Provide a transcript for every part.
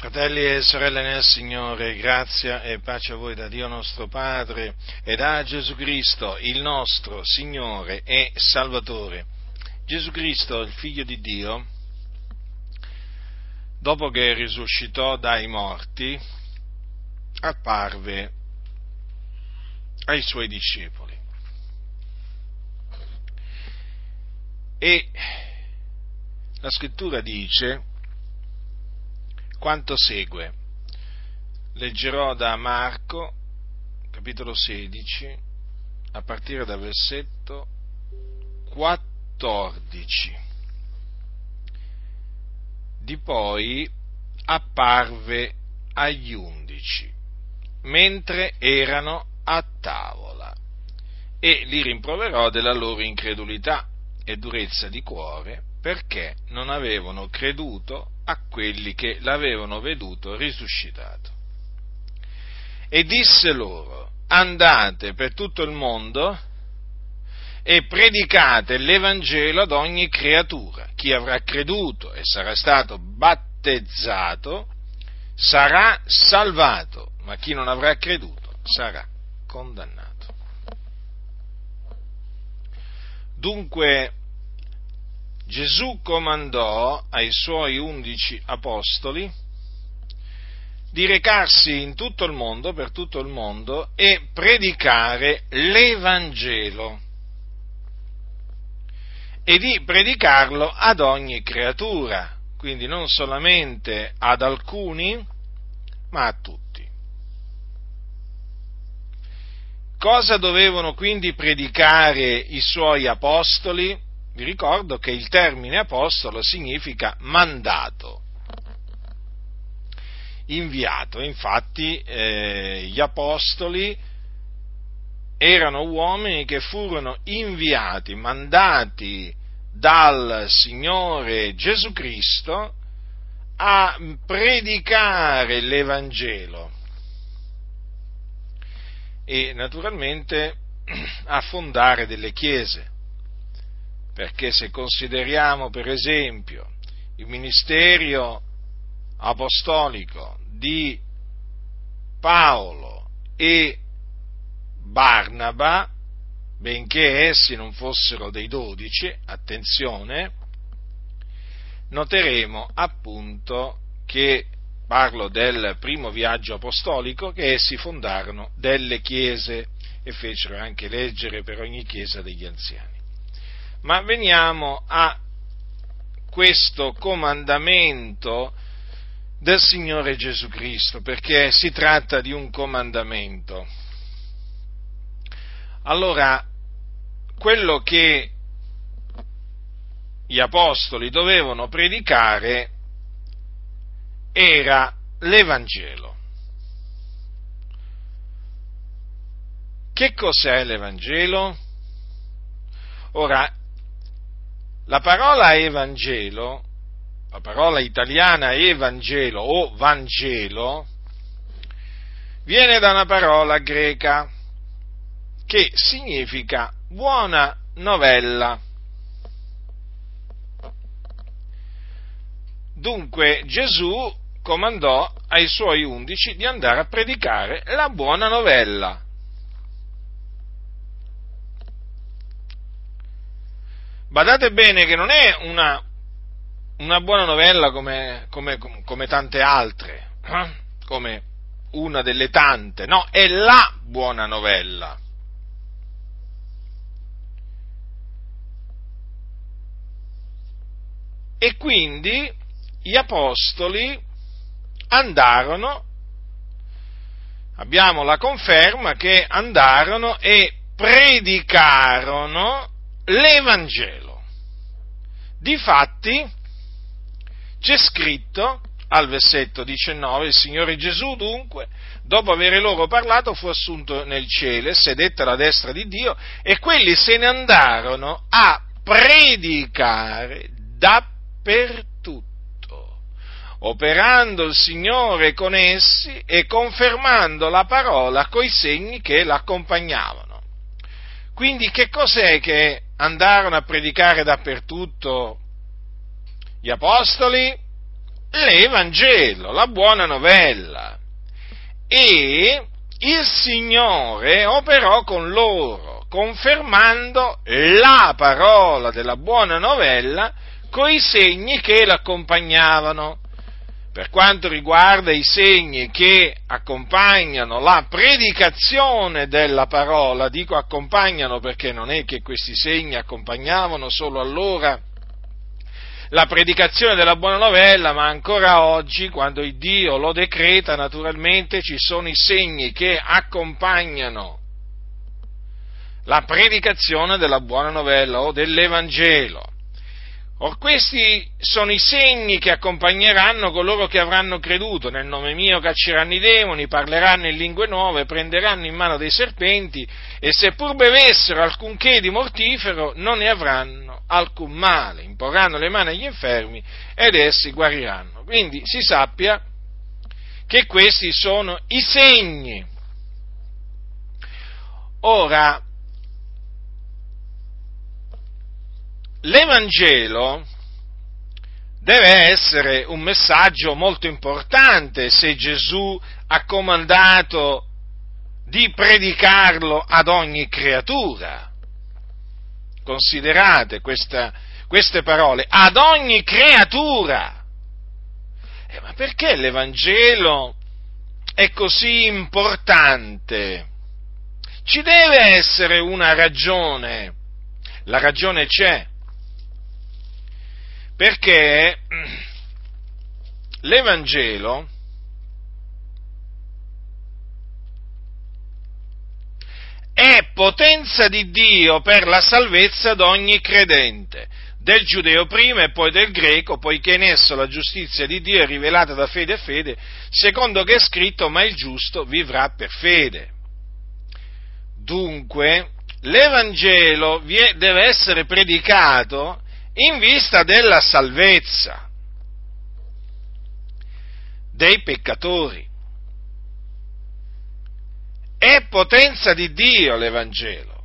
Fratelli e sorelle nel Signore, grazia e pace a voi da Dio nostro Padre e da Gesù Cristo, il nostro Signore e Salvatore. Gesù Cristo, il Figlio di Dio, dopo che risuscitò dai morti, apparve ai Suoi discepoli. E la Scrittura dice quanto segue. Leggerò da Marco, capitolo 16, a partire dal versetto 14. Di poi apparve agli 11, mentre erano a tavola, e li rimproverò della loro incredulità e durezza di cuore, perché non avevano creduto a quelli che l'avevano veduto risuscitato. E disse loro: andate per tutto il mondo e predicate l'Evangelo ad ogni creatura. Chi avrà creduto e sarà stato battezzato sarà salvato, ma chi non avrà creduto sarà condannato. Dunque Gesù comandò ai Suoi 11 apostoli di recarsi in tutto il mondo, per tutto il mondo, e predicare l'Evangelo, e di predicarlo ad ogni creatura, quindi non solamente ad alcuni, ma a tutti. Cosa dovevano quindi predicare i Suoi apostoli? Vi ricordo che il termine apostolo significa mandato, inviato. Infatti gli apostoli erano uomini che furono inviati, mandati dal Signore Gesù Cristo a predicare l'Evangelo e naturalmente a fondare delle chiese. Perché se consideriamo per esempio il ministero apostolico di Paolo e Barnaba, benché essi non fossero dei 12, attenzione, noteremo appunto che parlo del primo viaggio apostolico, che essi fondarono delle chiese e fecero anche leggere per ogni chiesa degli anziani. Ma veniamo a questo comandamento del Signore Gesù Cristo, perché si tratta di un comandamento. Allora, quello che gli apostoli dovevano predicare era l'Evangelo. Che cos'è l'Evangelo? Ora, la parola Evangelo, la parola italiana Evangelo o Vangelo, viene da una parola greca che significa buona novella. Dunque Gesù comandò ai Suoi 11 di andare a predicare la buona novella. Badate bene che non è una buona novella come tante altre, come una delle tante, no, è la buona novella. E quindi gli apostoli andarono, abbiamo la conferma che andarono e predicarono l'Evangelo. Difatti c'è scritto al versetto 19: il Signore Gesù dunque, dopo aver loro parlato, fu assunto nel cielo e sedette alla destra di Dio, e quelli se ne andarono a predicare dappertutto, operando il Signore con essi e confermando la parola coi segni che l'accompagnavano. Quindi che cos'è che andarono a predicare dappertutto gli apostoli? l'Evangelo, la buona novella. E il Signore operò con loro, confermando la parola della buona novella coi segni che l'accompagnavano. Per quanto riguarda i segni che accompagnano la predicazione della parola, dico accompagnano perché non è che questi segni accompagnavano solo allora la predicazione della buona novella, ma ancora oggi, quando il Dio lo decreta, naturalmente ci sono i segni che accompagnano la predicazione della buona novella o dell'Evangelo. Or questi sono i segni che accompagneranno coloro che avranno creduto. Nel nome mio cacceranno i demoni, parleranno in lingue nuove, prenderanno in mano dei serpenti e seppur bevessero alcunché di mortifero non ne avranno alcun male. Imporranno le mani agli infermi ed essi guariranno. Quindi si sappia che questi sono i segni. Ora, l'Evangelo deve essere un messaggio molto importante se Gesù ha comandato di predicarlo ad ogni creatura. Considerate queste parole, ad ogni creatura. Ma perché l'Evangelo è così importante? Ci deve essere una ragione. La ragione c'è. Perché l'Evangelo è potenza di Dio per la salvezza d'ogni credente, del giudeo prima e poi del greco, poiché in esso la giustizia di Dio è rivelata da fede a fede, secondo che è scritto: ma il giusto vivrà per fede. Dunque, l'Evangelo deve essere predicato in vista della salvezza dei peccatori. È potenza di Dio l'Evangelo,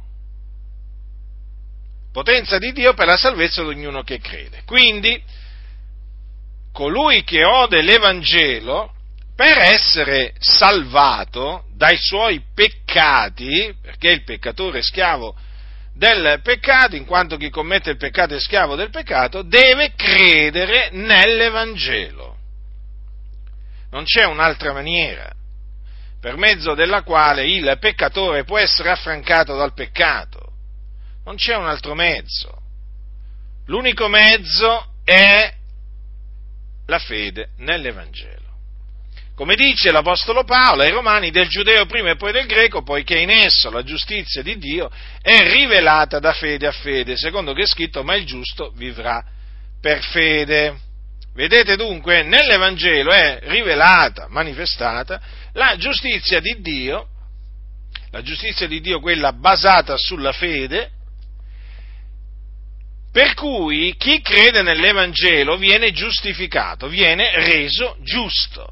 potenza di Dio per la salvezza di ognuno che crede. Quindi, colui che ode l'Evangelo, per essere salvato dai suoi peccati, perché il peccatore è schiavo del peccato, in quanto chi commette il peccato è schiavo del peccato, deve credere nell'Evangelo. Non c'è un'altra maniera per mezzo della quale il peccatore può essere affrancato dal peccato. Non c'è un altro mezzo. L'unico mezzo è la fede nell'Evangelo. Come dice l'Apostolo Paolo ai Romani: del giudeo prima e poi del greco, poiché in esso la giustizia di Dio è rivelata da fede a fede, secondo che è scritto: ma il giusto vivrà per fede. Vedete dunque, nell'Evangelo è rivelata, manifestata, la giustizia di Dio quella basata sulla fede, per cui chi crede nell'Evangelo viene giustificato, viene reso giusto.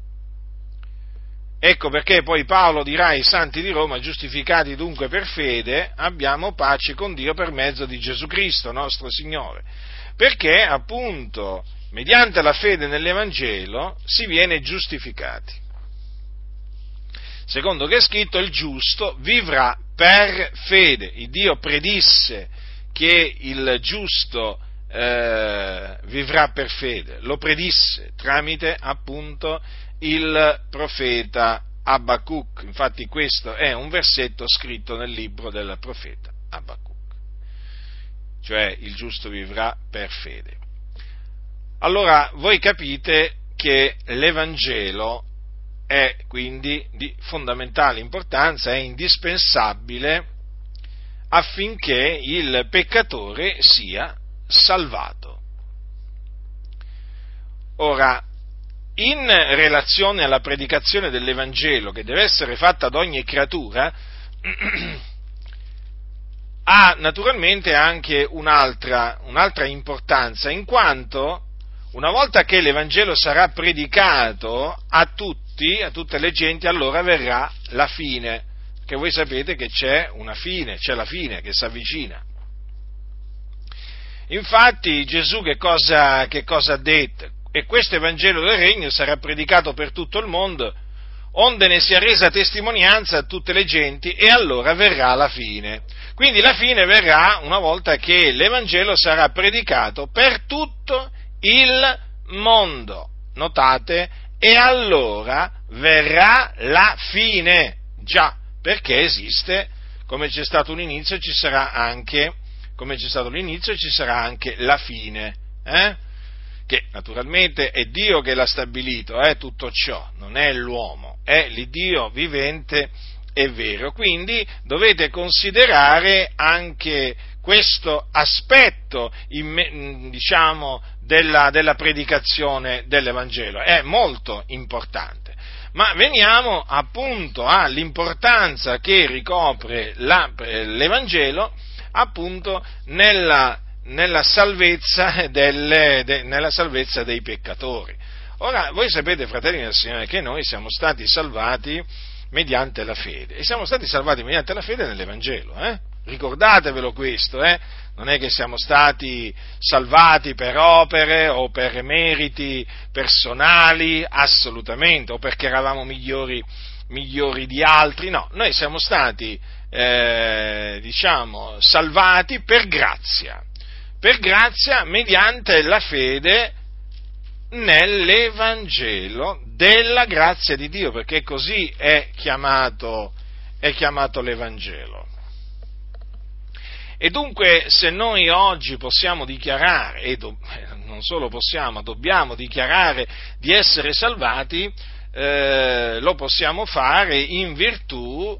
Ecco perché poi Paolo dirà ai santi di Roma: giustificati dunque per fede, abbiamo pace con Dio per mezzo di Gesù Cristo, nostro Signore. Perché appunto, mediante la fede nell'Evangelo, si viene giustificati. Secondo che è scritto: il giusto vivrà per fede. Il Dio predisse che il giusto vivrà per fede, lo predisse tramite appunto il profeta Abacuc. Infatti questo è un versetto scritto nel libro del profeta Abacuc, cioè il giusto vivrà per fede. Allora voi capite che l'Evangelo è quindi di fondamentale importanza, è indispensabile affinché il peccatore sia salvato. Ora, in relazione alla predicazione dell'Evangelo, che deve essere fatta ad ogni creatura, ha naturalmente anche un'altra importanza, in quanto una volta che l'Evangelo sarà predicato a tutte le genti, allora verrà la fine, che voi sapete che c'è la fine che si avvicina. Infatti Gesù che cosa ha detto? e questo Evangelo del Regno sarà predicato per tutto il mondo, onde ne sia resa testimonianza a tutte le genti, e allora verrà la fine. Quindi la fine verrà una volta che l'Evangelo sarà predicato per tutto il mondo. Notate, e allora verrà la fine. Già, perché esiste, come c'è stato un inizio, ci sarà anche, come c'è stato l'inizio, ci sarà anche la fine, che naturalmente è Dio che l'ha stabilito, tutto ciò, non è l'uomo, è l'Iddio vivente e vero. Quindi dovete considerare anche questo aspetto, diciamo, della predicazione dell'Evangelo, è molto importante. Ma veniamo appunto all'importanza che ricopre l'Evangelo appunto nella salvezza nella salvezza dei peccatori. Ora, voi sapete, fratelli del Signore, che noi siamo stati salvati mediante la fede, e siamo stati salvati mediante la fede nell'Evangelo, Ricordatevelo questo, Non è che siamo stati salvati per opere o per meriti personali, assolutamente, o perché eravamo migliori di altri, no, noi siamo stati, salvati per grazia mediante la fede nell'Evangelo della grazia di Dio, perché così è chiamato l'Evangelo. E dunque, se noi oggi possiamo dichiarare, non solo possiamo, dobbiamo dichiarare di essere salvati, lo possiamo fare in virtù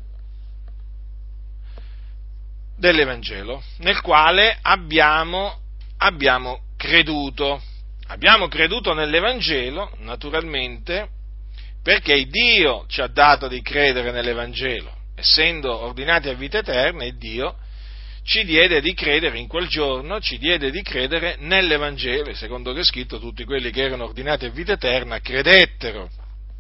dell'Evangelo, nel quale abbiamo creduto. Abbiamo creduto nell'Evangelo, naturalmente, perché Dio ci ha dato di credere nell'Evangelo. Essendo ordinati a vita eterna, e Dio ci diede di credere in quel giorno, ci diede di credere nell'Evangelo, e secondo che è scritto, tutti quelli che erano ordinati a vita eterna credettero.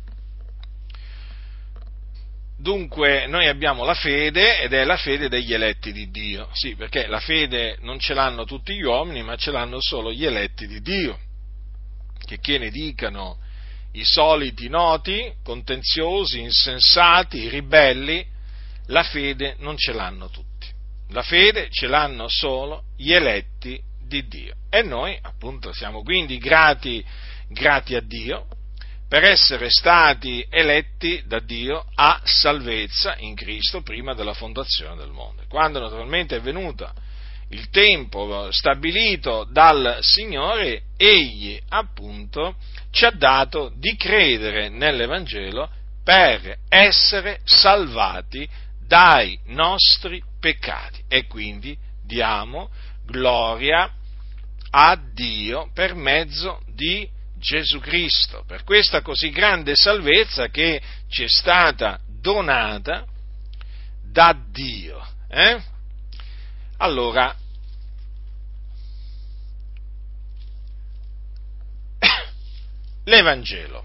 Dunque noi abbiamo la fede, ed è la fede degli eletti di Dio, sì, perché la fede non ce l'hanno tutti gli uomini, ma ce l'hanno solo gli eletti di Dio, che ne dicano i soliti noti, contenziosi, insensati, ribelli, la fede non ce l'hanno tutti. La fede ce l'hanno solo gli eletti di Dio. E noi, appunto, siamo quindi grati a Dio per essere stati eletti da Dio a salvezza in Cristo prima della fondazione del mondo. Quando naturalmente è venuto il tempo stabilito dal Signore, Egli appunto ci ha dato di credere nell'Evangelo per essere salvati dai nostri peccati, e quindi diamo gloria a Dio per mezzo di Gesù Cristo, per questa così grande salvezza che ci è stata donata da Dio. Allora, l'Evangelo,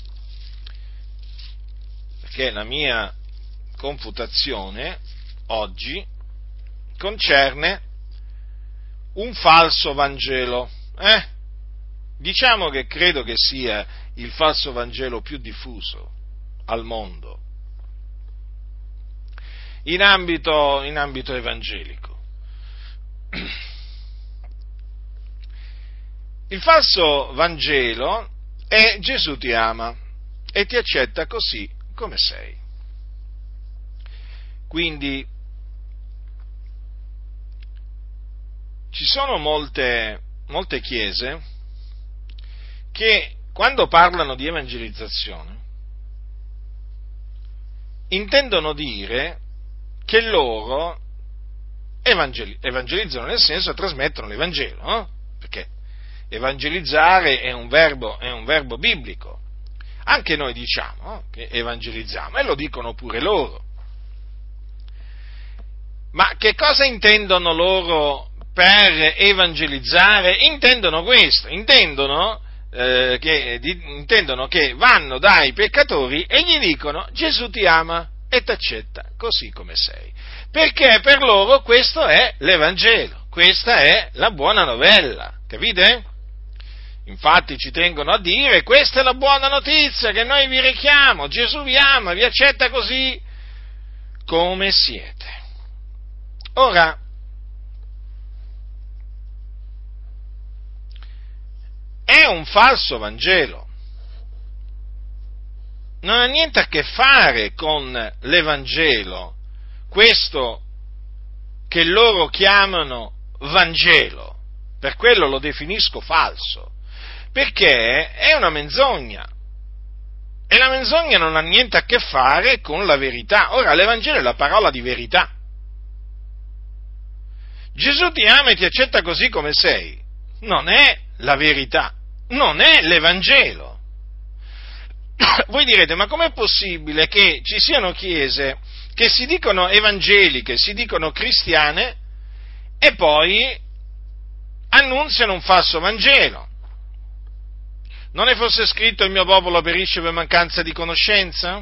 perché la mia confutazione oggi concerne un falso Vangelo, Diciamo che credo che sia il falso Vangelo più diffuso al mondo in ambito evangelico. Il falso Vangelo è: Gesù ti ama e ti accetta così come sei. Quindi ci sono molte chiese che, quando parlano di evangelizzazione, intendono dire che loro evangelizzano, nel senso trasmettono l'Evangelo, no? Perché evangelizzare è un verbo biblico. Anche noi diciamo che evangelizziamo, e lo dicono pure loro. Ma che cosa intendono loro per evangelizzare? Intendono questo, intendono che vanno dai peccatori e gli dicono: Gesù ti ama e t'accetta così come sei, perché per loro questo è l'Evangelo, questa è la buona novella, capite? Infatti ci tengono a dire: questa è la buona notizia che noi vi rechiamo, Gesù vi ama, vi accetta così come siete. Ora, è un falso Vangelo, non ha niente a che fare con l'Evangelo, questo che loro chiamano Vangelo, per quello lo definisco falso, perché è una menzogna, e la menzogna non ha niente a che fare con la verità. Ora, l'Evangelo è la parola di verità. Gesù ti ama e ti accetta così come sei, non è la verità, non è l'Evangelo. Voi direte: ma com'è possibile che ci siano chiese che si dicono evangeliche, si dicono cristiane, e poi annunziano un falso Vangelo? Non è forse scritto: il mio popolo perisce per mancanza di conoscenza?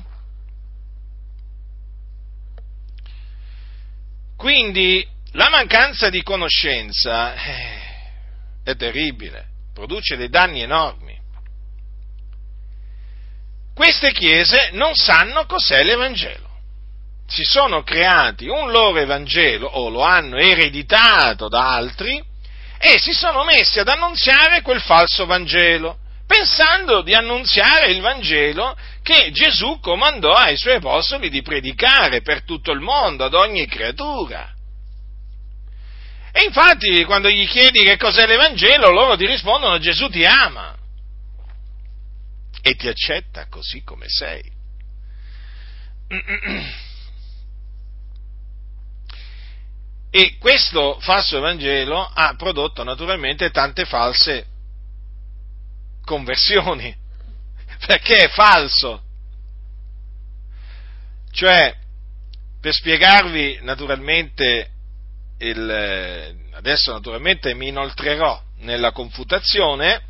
Quindi la mancanza di conoscenza è terribile, produce dei danni enormi. Queste chiese non sanno cos'è l'Evangelo. Si sono creati un loro Evangelo, o lo hanno ereditato da altri, e si sono messi ad annunziare quel falso Vangelo, pensando di annunziare il Vangelo che Gesù comandò ai suoi apostoli di predicare per tutto il mondo, ad ogni creatura. E infatti, quando gli chiedi che cos'è l'Evangelo, loro ti rispondono: Gesù ti ama e ti accetta così come sei. E questo falso Evangelo ha prodotto naturalmente tante false conversioni, perché è falso. Cioè, per spiegarvi naturalmente, adesso naturalmente mi inoltrerò nella confutazione,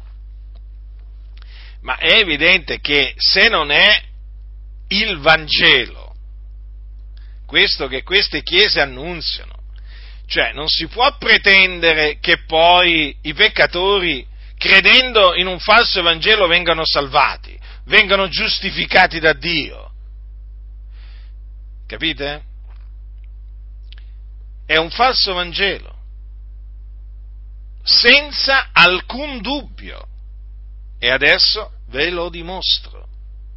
ma è evidente che se non è il Vangelo, questo che queste chiese annunziano, cioè non si può pretendere che poi i peccatori, credendo in un falso Vangelo, vengano salvati, vengano giustificati da Dio. Capite? È un falso Vangelo, senza alcun dubbio, e adesso ve lo dimostro,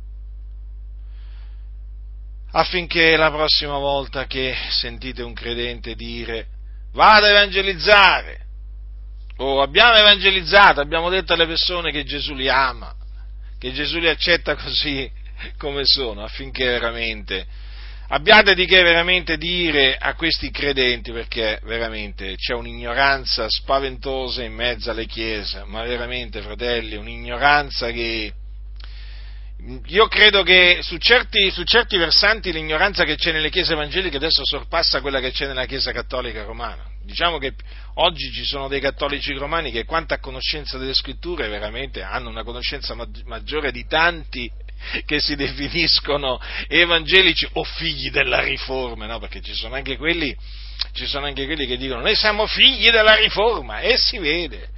affinché la prossima volta che sentite un credente dire: vado a evangelizzare, o abbiamo evangelizzato, abbiamo detto alle persone che Gesù li ama, che Gesù li accetta così come sono, affinché veramente abbiate di che veramente dire a questi credenti, perché veramente c'è un'ignoranza spaventosa in mezzo alle chiese, ma veramente, fratelli, un'ignoranza che io credo che su certi versanti l'ignoranza che c'è nelle chiese evangeliche adesso sorpassa quella che c'è nella Chiesa cattolica romana. Diciamo che oggi ci sono dei cattolici romani che, quanto a conoscenza delle scritture, veramente hanno una conoscenza maggiore di tanti che si definiscono evangelici o figli della Riforma, no? Perché ci sono anche quelli che dicono: noi siamo figli della Riforma, e si vede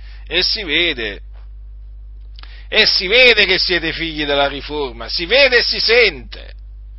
che siete figli della Riforma, si vede e si sente.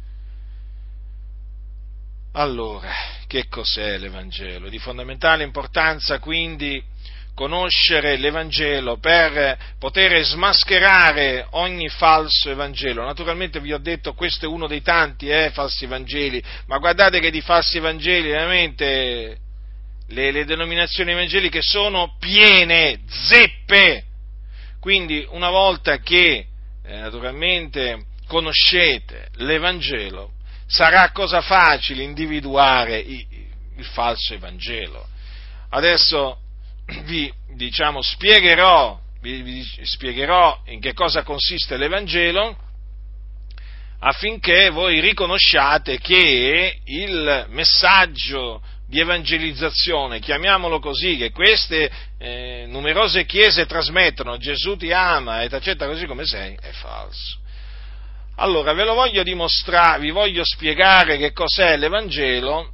Allora, che cos'è l'Evangelo? Di fondamentale importanza quindi conoscere l'Evangelo per poter smascherare ogni falso Evangelo. Naturalmente vi ho detto, questo è uno dei tanti falsi Vangeli, ma guardate che di falsi Vangeli veramente le denominazioni evangeliche sono piene, zeppe. Quindi una volta che naturalmente conoscete l'Evangelo, sarà cosa facile individuare il falso Evangelo. Adesso vi spiegherò in che cosa consiste l'Evangelo, affinché voi riconosciate che il messaggio di evangelizzazione, chiamiamolo così, che queste numerose chiese trasmettono: Gesù ti ama e ti accetta così come sei, è falso. Allora, ve lo voglio dimostrare, vi voglio spiegare che cos'è l'Evangelo,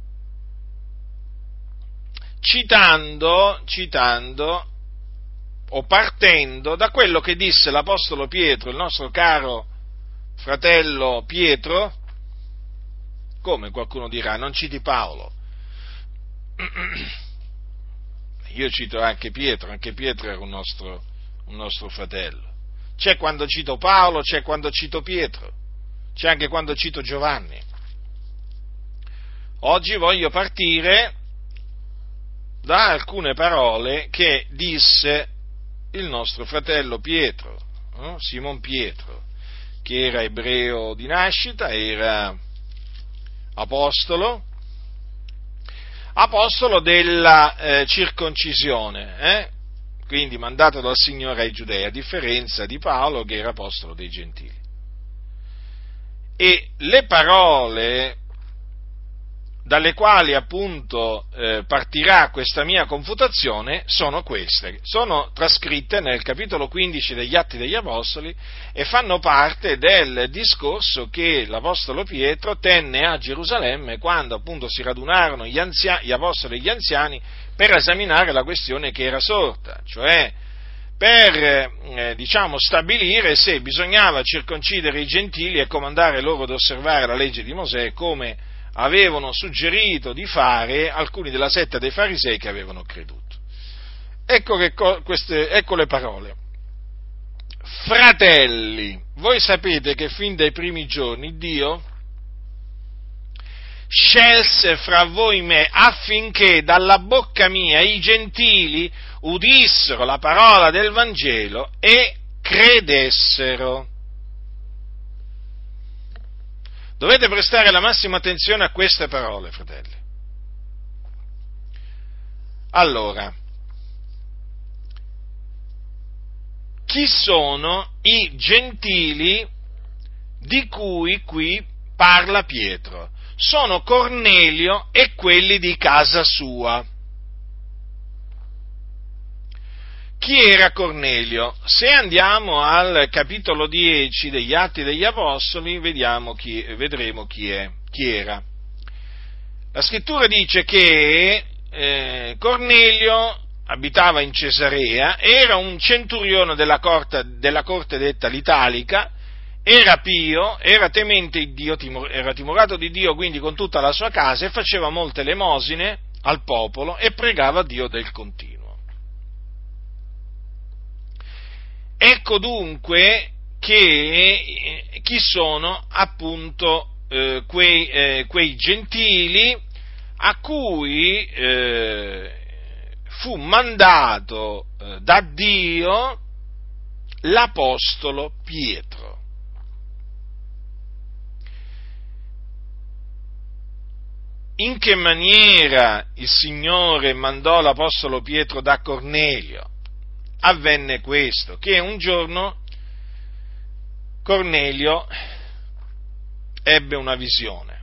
citando o partendo da quello che disse l'Apostolo Pietro, il nostro caro fratello Pietro. Come, qualcuno dirà, non citi Paolo? Io cito anche Pietro era un nostro fratello. C'è quando cito Paolo, c'è quando cito Pietro, c'è anche quando cito Giovanni. Oggi voglio partire da alcune parole che disse il nostro fratello Pietro, Simon Pietro, che era ebreo di nascita, era apostolo della circoncisione, quindi mandato dal Signore ai Giudei, a differenza di Paolo che era apostolo dei Gentili. E le parole dalle quali appunto partirà questa mia confutazione sono queste, sono trascritte nel capitolo 15 degli Atti degli Apostoli e fanno parte del discorso che l'Apostolo Pietro tenne a Gerusalemme quando appunto si radunarono gli apostoli e gli anziani per esaminare la questione che era sorta, cioè per stabilire se bisognava circoncidere i gentili e comandare loro ad osservare la legge di Mosè come avevano suggerito di fare alcuni della setta dei farisei che avevano creduto. Ecco le parole. Fratelli, voi sapete che fin dai primi giorni Dio scelse fra voi me affinché dalla bocca mia i gentili udissero la parola del Vangelo e credessero. Dovete prestare la massima attenzione a queste parole, fratelli. Allora, chi sono i gentili di cui qui parla Pietro? Sono Cornelio e quelli di casa sua. Chi era Cornelio? Se andiamo al capitolo 10 degli Atti degli Apostoli, vedremo chi era. La scrittura dice che Cornelio abitava in Cesarea, era un centurione della corte detta l'Italica, era pio, era temente di Dio, era timorato di Dio quindi con tutta la sua casa e faceva molte elemosine al popolo e pregava Dio del continuo. Ecco dunque che chi sono appunto quei gentili a cui fu mandato da Dio l'Apostolo Pietro. In che maniera il Signore mandò l'Apostolo Pietro da Cornelio? Avvenne questo, che un giorno Cornelio ebbe una visione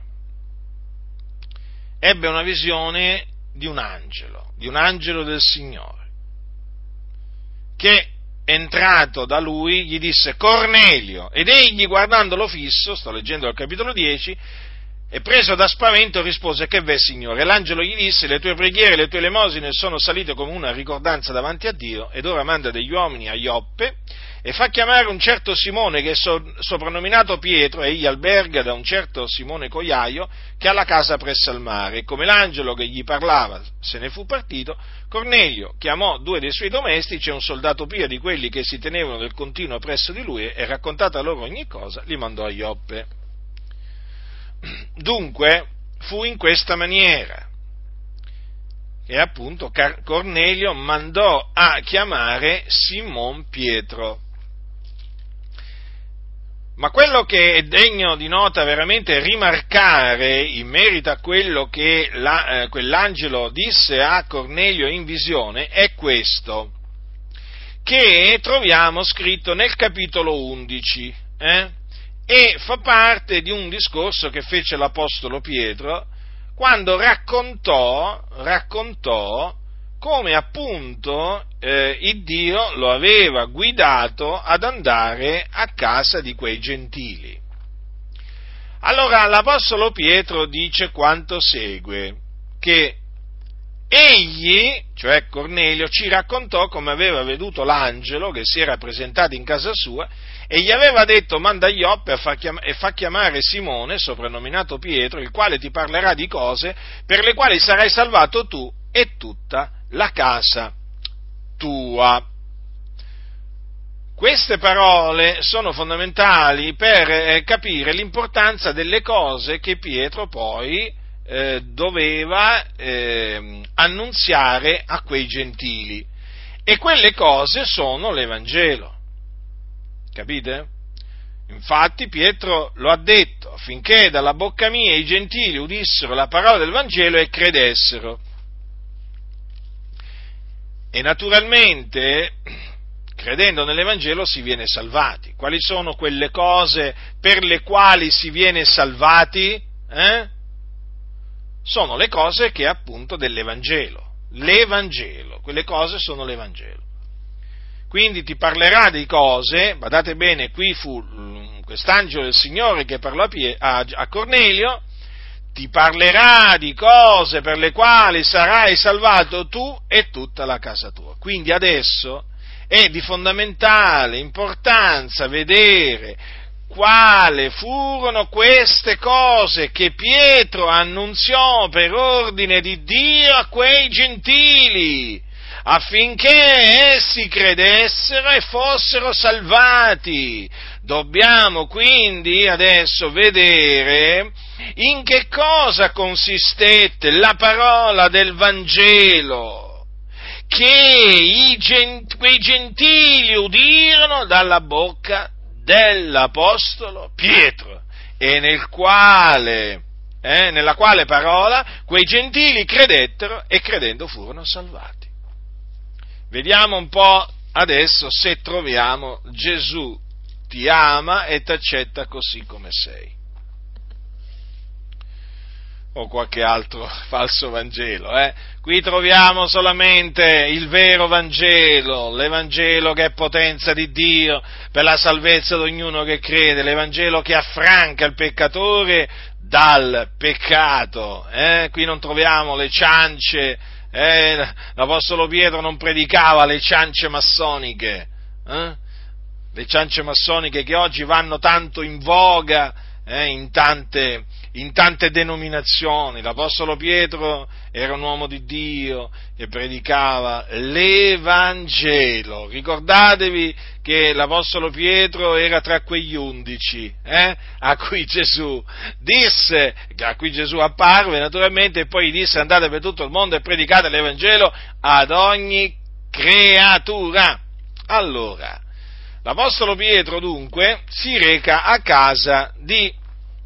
di un angelo del Signore, che entrato da lui gli disse Cornelio, ed egli guardandolo fisso, sto leggendo il capitolo 10, e preso da spavento rispose: che v'è, Signore? E l'angelo gli disse: le tue preghiere e le tue elemosine sono salite come una ricordanza davanti a Dio, ed ora manda degli uomini a Ioppe e fa chiamare un certo Simone che è soprannominato Pietro, e egli alberga da un certo Simone Cogliaio che ha la casa presso al mare. E come l'angelo che gli parlava se ne fu partito, Cornelio chiamò 2 dei suoi domestici e un soldato pio di quelli che si tenevano del continuo presso di lui, e raccontata loro ogni cosa li mandò a Ioppe. Dunque fu in questa maniera che appunto Cornelio mandò a chiamare Simon Pietro. Ma quello che è degno di nota veramente rimarcare in merito a quello che quell'angelo disse a Cornelio in visione è questo, che troviamo scritto nel capitolo 11, e fa parte di un discorso che fece l'Apostolo Pietro quando raccontò come appunto il Dio lo aveva guidato ad andare a casa di quei gentili. Allora l'Apostolo Pietro dice quanto segue, che egli, cioè Cornelio, ci raccontò come aveva veduto l'angelo che si era presentato in casa sua e gli aveva detto: manda a Ioppe e fa chiamare Simone, soprannominato Pietro, il quale ti parlerà di cose per le quali sarai salvato tu e tutta la casa tua. Queste parole sono fondamentali per capire l'importanza delle cose che Pietro poi doveva annunziare a quei gentili, e quelle cose sono l'Evangelo, capite? Infatti Pietro lo ha detto, affinché dalla bocca mia i gentili udissero la parola del Vangelo e credessero. E naturalmente, credendo nell'Evangelo si viene salvati. Quali sono quelle cose per le quali si viene salvati? Sono le cose che è appunto dell'Evangelo. L'Evangelo, quelle cose sono l'Evangelo. Quindi ti parlerà di cose, badate bene, qui fu quest'angelo del Signore che parlò a Cornelio, ti parlerà di cose per le quali sarai salvato tu e tutta la casa tua. Quindi adesso è di fondamentale importanza vedere quali furono queste cose che Pietro annunziò per ordine di Dio a quei gentili, affinché essi credessero e fossero salvati. Dobbiamo quindi adesso vedere in che cosa consistette la parola del Vangelo che quei gentili udirono dalla bocca dell'Apostolo Pietro, e nella quale parola quei gentili credettero e credendo furono salvati. Vediamo un po' adesso se troviamo Gesù ti ama e ti accetta così come sei, o qualche altro falso Vangelo. Qui troviamo solamente il vero Vangelo, l'Evangelo che è potenza di Dio per la salvezza di ognuno che crede, l'Evangelo che affranca il peccatore dal peccato. Qui non troviamo le ciance, l'Apostolo Pietro non predicava le ciance massoniche, le ciance massoniche che oggi vanno tanto in voga in tante denominazioni. L'Apostolo Pietro era un uomo di Dio che predicava l'Evangelo. Ricordatevi che l'Apostolo Pietro era tra quegli 11 a cui Gesù apparve naturalmente, e poi disse: andate per tutto il mondo e predicate l'Evangelo ad ogni creatura. Allora, l'Apostolo Pietro dunque si reca a casa di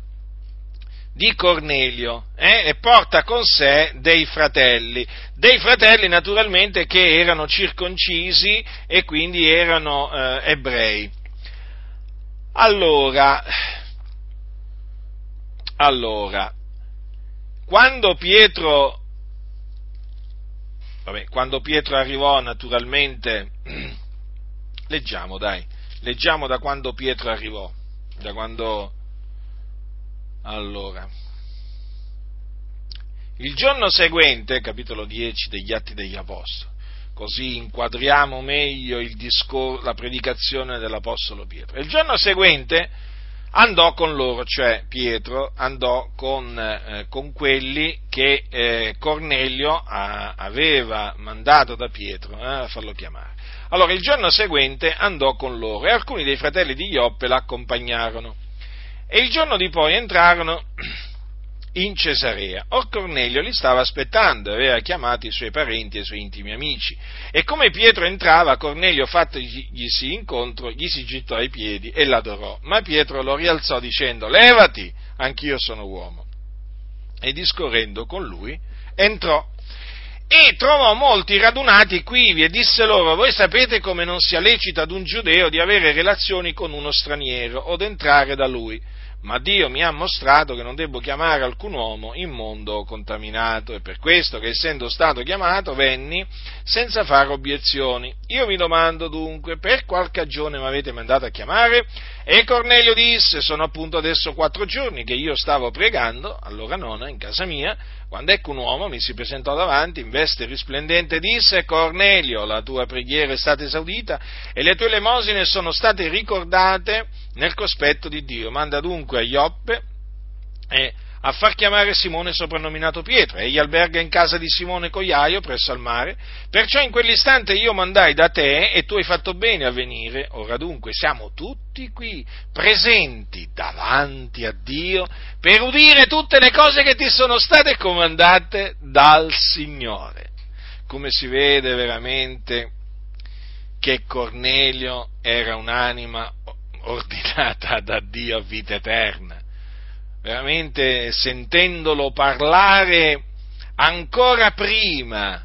Cornelio e porta con sé dei fratelli naturalmente che erano circoncisi e quindi erano ebrei. Allora, quando Pietro arrivò naturalmente, leggiamo da quando Pietro arrivò, il giorno seguente, capitolo 10 degli Atti degli Apostoli, così inquadriamo meglio la predicazione dell'Apostolo Pietro. Il giorno seguente andò con loro, cioè Pietro andò con quelli che Cornelio aveva mandato da Pietro a farlo chiamare. Allora, il giorno seguente andò con loro e alcuni dei fratelli di Ioppe l'accompagnarono. E il giorno di poi entrarono in Cesarea. Or Cornelio li stava aspettando, aveva chiamato i suoi parenti e i suoi intimi amici. E come Pietro entrava, Cornelio, fattoglisi incontro, gli si gittò ai piedi e l'adorò. Ma Pietro lo rialzò dicendo: levati, anch'io sono uomo. E discorrendo con lui, entrò. E trovò molti radunati quivi e disse loro: voi sapete come non sia lecito ad un giudeo di avere relazioni con uno straniero o d'entrare da lui, ma Dio mi ha mostrato che non devo chiamare alcun uomo immondo o contaminato, e per questo che, essendo stato chiamato, venni senza fare obiezioni. Io vi domando dunque, per qual cagione mi avete mandato a chiamare? E Cornelio disse: sono appunto adesso 4 giorni che io stavo pregando, all'ora nona, in casa mia, quando ecco un uomo mi si presentò davanti in veste risplendente e disse: Cornelio, la tua preghiera è stata esaudita e le tue elemosine sono state ricordate nel cospetto di Dio. Manda dunque a Ioppe a far chiamare Simone soprannominato Pietro. Egli alberga in casa di Simone Cogliaio presso al mare. Perciò in quell'istante io mandai da te e tu hai fatto bene a venire. Ora dunque siamo tutti qui presenti davanti a Dio per udire tutte le cose che ti sono state comandate dal Signore. Come si vede veramente che Cornelio era un'anima ordinata da Dio a vita eterna. Veramente, sentendolo parlare ancora prima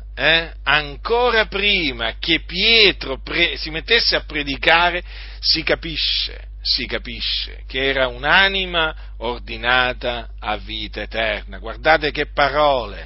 che Pietro si mettesse a predicare, si capisce che era un'anima ordinata a vita eterna. Guardate che parole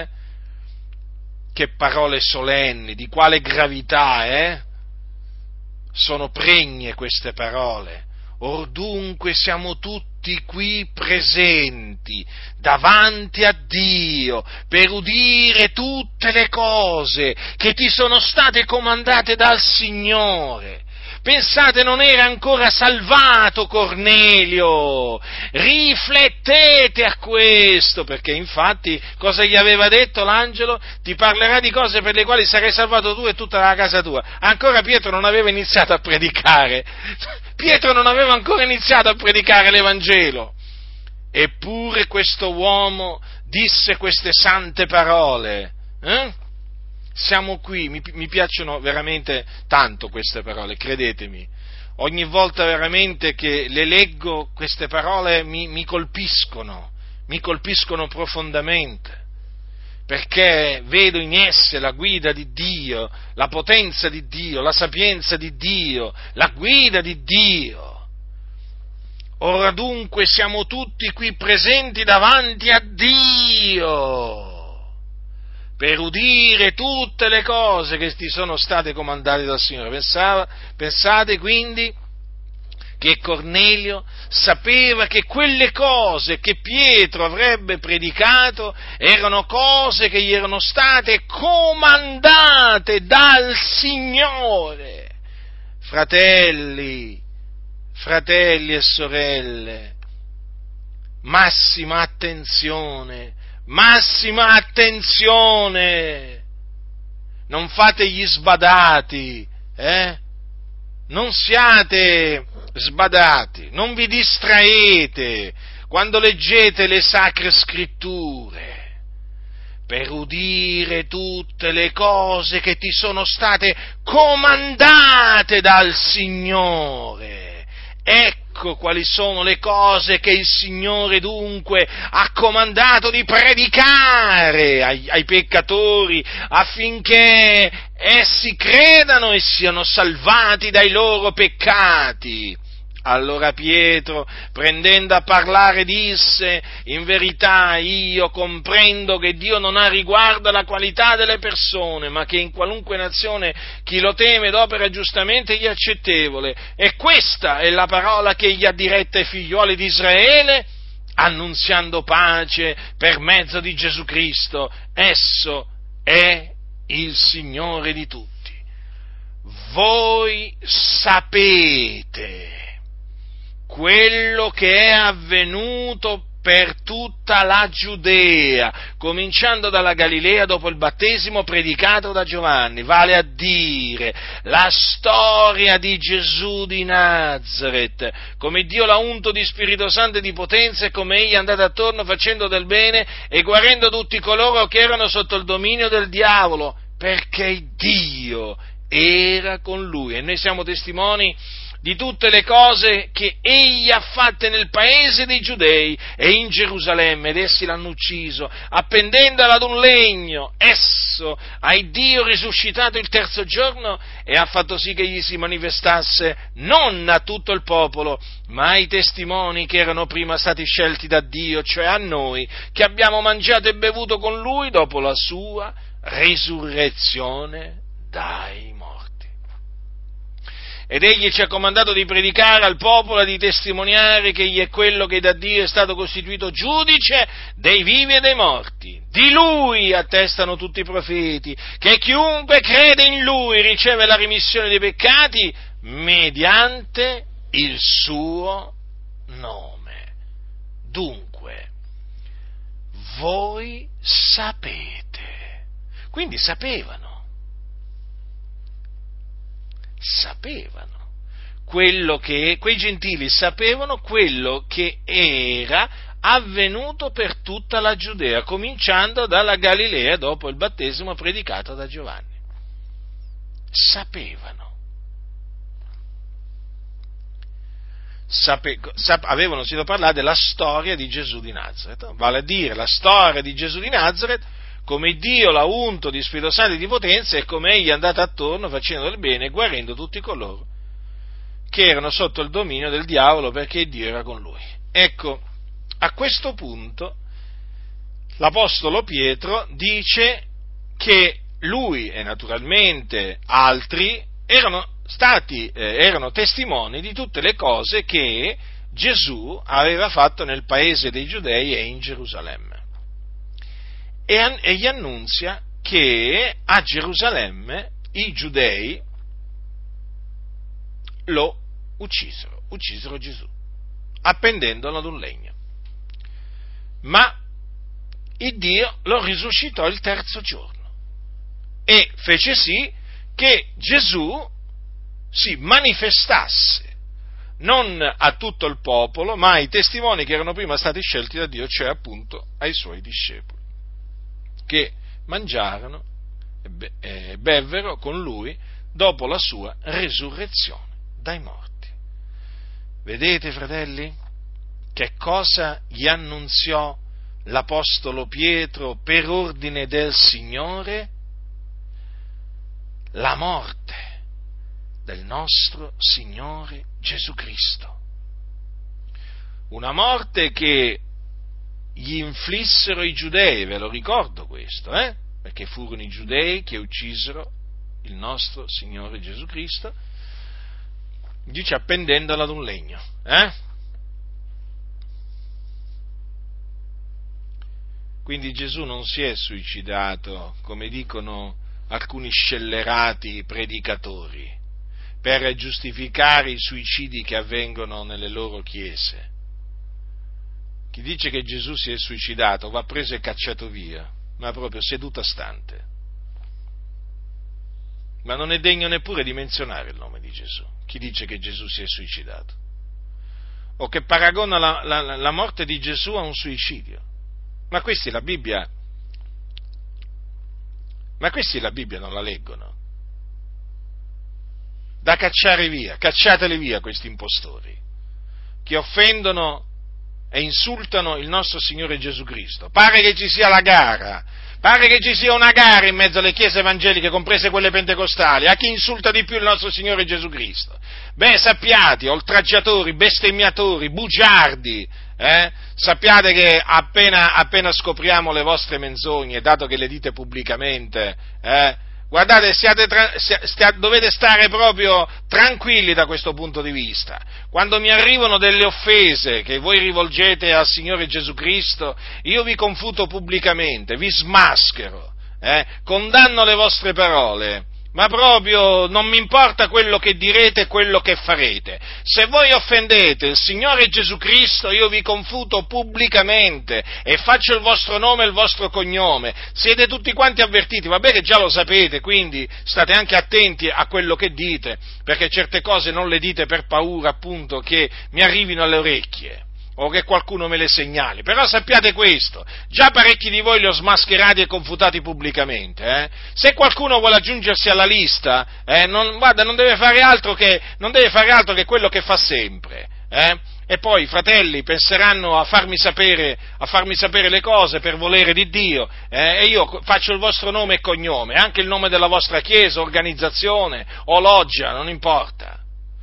solenni, di quale gravità, sono pregne queste parole. Or dunque siamo tutti qui presenti davanti a Dio per udire tutte le cose che ti sono state comandate dal Signore. Pensate, non era ancora salvato Cornelio, riflettete a questo, perché infatti cosa gli aveva detto l'angelo? Ti parlerà di cose per le quali sarai salvato tu e tutta la casa tua. Ancora Pietro non aveva iniziato a predicare, Pietro non aveva ancora iniziato a predicare l'Evangelo, eppure questo uomo disse queste sante parole, Siamo qui, mi piacciono veramente tanto queste parole, credetemi. Ogni volta veramente che le leggo queste parole mi colpiscono profondamente, perché vedo in esse la guida di Dio, la potenza di Dio, la sapienza di Dio, la guida di Dio. Ora dunque siamo tutti qui presenti davanti a Dio per udire tutte le cose che ti sono state comandate dal Signore. Pensate quindi che Cornelio sapeva che quelle cose che Pietro avrebbe predicato erano cose che gli erano state comandate dal Signore. Fratelli e sorelle, massima attenzione, non fate gli sbadati, non siate sbadati, non vi distraete quando leggete le sacre scritture, per udire tutte le cose che ti sono state comandate dal Signore. Ecco quali sono le cose che il Signore dunque ha comandato di predicare ai peccatori, affinché essi credano e siano salvati dai loro peccati. Allora Pietro, prendendo a parlare, disse: in verità io comprendo che Dio non ha riguardo alla qualità delle persone, ma che in qualunque nazione chi lo teme ed opera giustamente gli è accettevole. E questa è la parola che egli ha diretta ai figlioli di Israele, annunziando pace per mezzo di Gesù Cristo. Esso è il Signore di tutti. Voi sapete quello che è avvenuto per tutta la Giudea, cominciando dalla Galilea dopo il battesimo predicato da Giovanni, vale a dire la storia di Gesù di Nazaret, come Dio l'ha unto di Spirito Santo e di potenza, e come egli è andato attorno facendo del bene e guarendo tutti coloro che erano sotto il dominio del diavolo, perché Dio era con lui. E noi siamo testimoni di tutte le cose che egli ha fatte nel paese dei Giudei e in Gerusalemme, ed essi l'hanno ucciso, appendendolo ad un legno. Esso ha Dio risuscitato il terzo giorno e ha fatto sì che egli si manifestasse non a tutto il popolo, ma ai testimoni che erano prima stati scelti da Dio, cioè a noi, che abbiamo mangiato e bevuto con lui dopo la sua risurrezione dai morti. Ed egli ci ha comandato di predicare al popolo e di testimoniare che egli è quello che da Dio è stato costituito giudice dei vivi e dei morti. Di lui attestano tutti i profeti, che chiunque crede in lui riceve la rimissione dei peccati mediante il suo nome. Dunque, voi sapete, quindi sapevano quello che, quei gentili sapevano quello che era avvenuto per tutta la Giudea, cominciando dalla Galilea dopo il battesimo predicato da Giovanni. Avevano sentito parlare della storia di Gesù di Nazaret, vale a dire la storia di Gesù di Nazaret, come Dio l'ha unto di Spirito Santo e di potenza e come egli è andato attorno facendo del bene e guarendo tutti coloro che erano sotto il dominio del diavolo, perché Dio era con lui. Ecco, a questo punto l'Apostolo Pietro dice che lui e naturalmente altri erano testimoni di tutte le cose che Gesù aveva fatto nel paese dei Giudei e in Gerusalemme. E gli annunzia che a Gerusalemme i Giudei lo uccisero Gesù, appendendolo ad un legno. Ma il Dio lo risuscitò il terzo giorno e fece sì che Gesù si manifestasse non a tutto il popolo, ma ai testimoni che erano prima stati scelti da Dio, cioè appunto ai suoi discepoli, che mangiarono e bevvero con lui dopo la sua resurrezione dai morti. Vedete, fratelli, che cosa gli annunziò l'Apostolo Pietro per ordine del Signore? La morte del nostro Signore Gesù Cristo. Una morte che gli inflissero i giudei, ve lo ricordo questo, perché furono i giudei che uccisero il nostro Signore Gesù Cristo, dice appendendolo ad un legno, Quindi Gesù non si è suicidato, come dicono alcuni scellerati predicatori, per giustificare i suicidi che avvengono nelle loro chiese. Chi dice che Gesù si è suicidato va preso e cacciato via, ma proprio seduta stante. Ma non è degno neppure di menzionare il nome di Gesù, chi dice che Gesù si è suicidato, o che paragona la morte di Gesù a un suicidio. Ma questi la Bibbia non la leggono. Da cacciare via, cacciateli via questi impostori, che offendono e insultano il nostro Signore Gesù Cristo. Pare che ci sia una gara in mezzo alle chiese evangeliche, comprese quelle pentecostali, a chi insulta di più il nostro Signore Gesù Cristo. Beh, sappiate, oltraggiatori, bestemmiatori, bugiardi, sappiate che appena scopriamo le vostre menzogne, dato che le dite pubblicamente, guardate, dovete stare proprio tranquilli da questo punto di vista. Quando mi arrivano delle offese che voi rivolgete al Signore Gesù Cristo, io vi confuto pubblicamente, vi smaschero, condanno le vostre parole, ma proprio non mi importa quello che direte e quello che farete. Se voi offendete il Signore Gesù Cristo, io vi confuto pubblicamente e faccio il vostro nome e il vostro cognome. Siete tutti quanti avvertiti, vabbè che già lo sapete, quindi state anche attenti a quello che dite, perché certe cose non le dite per paura appunto che mi arrivino alle orecchie. o che qualcuno me le segnali, però sappiate questo, già parecchi di voi li ho smascherati e confutati pubblicamente, Se qualcuno vuole aggiungersi alla lista, non deve fare altro che quello che fa sempre, E poi i fratelli penseranno a farmi sapere le cose per volere di Dio, e io faccio il vostro nome e cognome, anche il nome della vostra chiesa, organizzazione o loggia, non importa.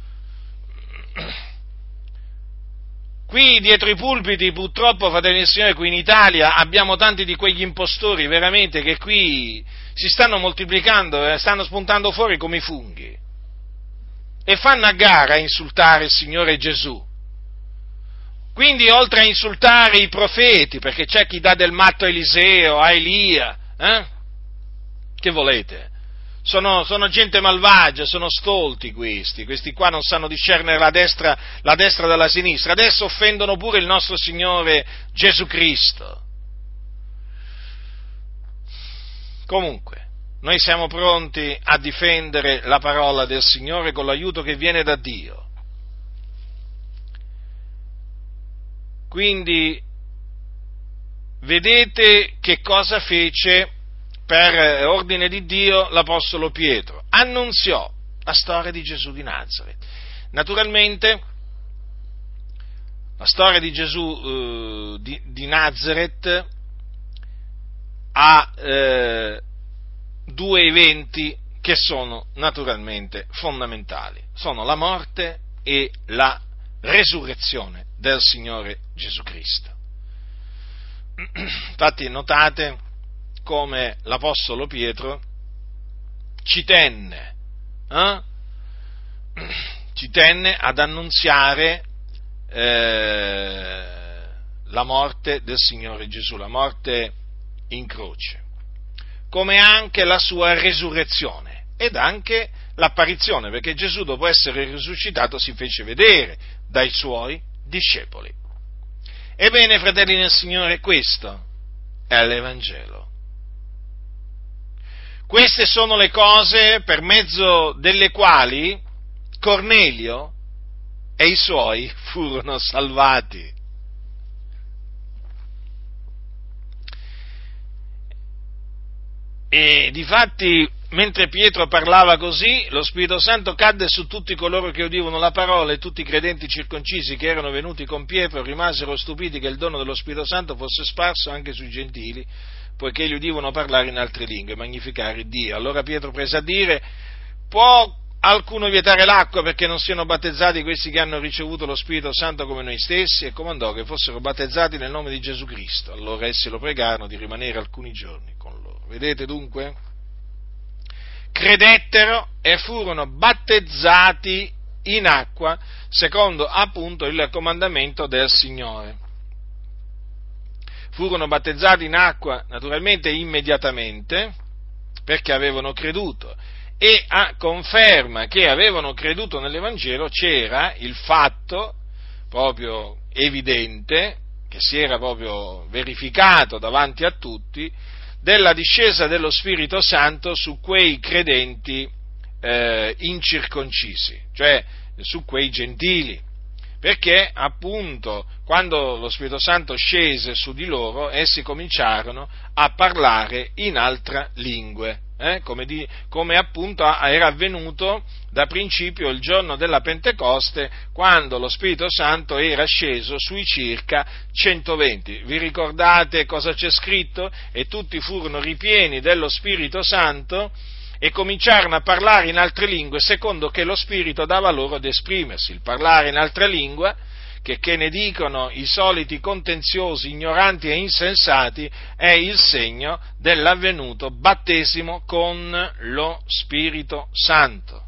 Qui dietro i pulpiti, purtroppo, fratelli del Signore, qui in Italia abbiamo tanti di quegli impostori, veramente, che qui si stanno moltiplicando, stanno spuntando fuori come i funghi, e fanno a gara a insultare il Signore Gesù. Quindi, oltre a insultare i profeti, perché c'è chi dà del matto a Eliseo, a Elia, che volete? Sono gente malvagia, sono stolti questi qua non sanno discernere la destra dalla sinistra, adesso offendono pure il nostro Signore Gesù Cristo. Comunque, noi siamo pronti a difendere la parola del Signore con l'aiuto che viene da Dio. Quindi, vedete che cosa fece per ordine di Dio l'Apostolo Pietro? Annunziò la storia di Gesù di Nazaret. Naturalmente, la storia di Gesù di Nazaret ha due eventi che sono naturalmente fondamentali. Sono la morte e la resurrezione del Signore Gesù Cristo. Infatti notate come l'Apostolo Pietro ci tenne ad annunziare la morte del Signore Gesù, la morte in croce, come anche la sua resurrezione ed anche l'apparizione, perché Gesù, dopo essere risuscitato, si fece vedere dai suoi discepoli. Ebbene, fratelli nel Signore, questo è l'Evangelo. Queste sono le cose per mezzo delle quali Cornelio e i suoi furono salvati. E difatti, mentre Pietro parlava così, lo Spirito Santo cadde su tutti coloro che udivano la parola, e tutti i credenti circoncisi che erano venuti con Pietro rimasero stupiti che il dono dello Spirito Santo fosse sparso anche sui gentili, poiché gli udivano parlare in altre lingue e magnificare Dio. Allora Pietro prese a dire: può alcuno vietare l'acqua perché non siano battezzati questi che hanno ricevuto lo Spirito Santo come noi stessi? E comandò che fossero battezzati nel nome di Gesù Cristo. Allora essi lo pregarono di rimanere alcuni giorni con loro. Vedete dunque? Credettero e furono battezzati in acqua secondo appunto il comandamento del Signore. Furono battezzati in acqua naturalmente immediatamente perché avevano creduto, e a conferma che avevano creduto nell'Evangelo c'era il fatto proprio evidente, che si era proprio verificato davanti a tutti, della discesa dello Spirito Santo su quei credenti incirconcisi, cioè su quei gentili, perché appunto quando lo Spirito Santo scese su di loro, essi cominciarono a parlare in altre lingue, come appunto era avvenuto da principio il giorno della Pentecoste, quando lo Spirito Santo era sceso sui circa 120. Vi ricordate cosa c'è scritto? E tutti furono ripieni dello Spirito Santo e cominciarono a parlare in altre lingue secondo che lo Spirito dava loro ad esprimersi. Il parlare in altre lingue, che ne dicono i soliti contenziosi, ignoranti e insensati, è il segno dell'avvenuto battesimo con lo Spirito Santo,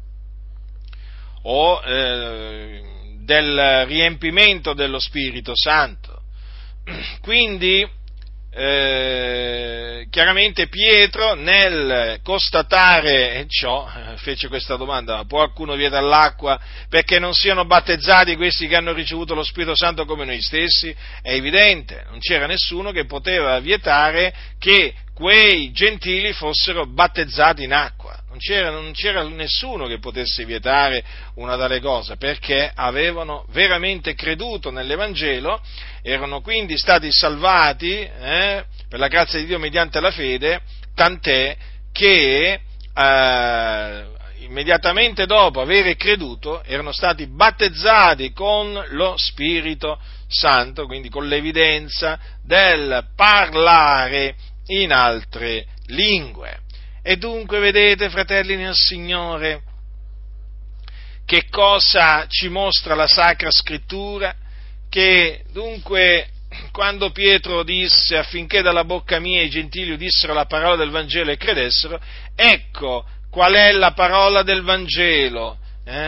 o del riempimento dello Spirito Santo. Quindi, chiaramente Pietro, nel constatare ciò, fece questa domanda: può qualcuno vietare l'acqua perché non siano battezzati questi che hanno ricevuto lo Spirito Santo come noi stessi? È evidente, non c'era nessuno che poteva vietare che quei gentili fossero battezzati in acqua, non c'era nessuno che potesse vietare una tale cosa, perché avevano veramente creduto nell'Evangelo, erano quindi stati salvati per la grazia di Dio mediante la fede, tant'è che immediatamente dopo aver creduto erano stati battezzati con lo Spirito Santo, quindi con l'evidenza del parlare in altre lingue. E dunque, vedete, fratelli nel Signore, che cosa ci mostra la Sacra Scrittura? Che dunque, quando Pietro disse affinché dalla bocca mia i gentili udissero la parola del Vangelo e credessero, ecco qual è la parola del Vangelo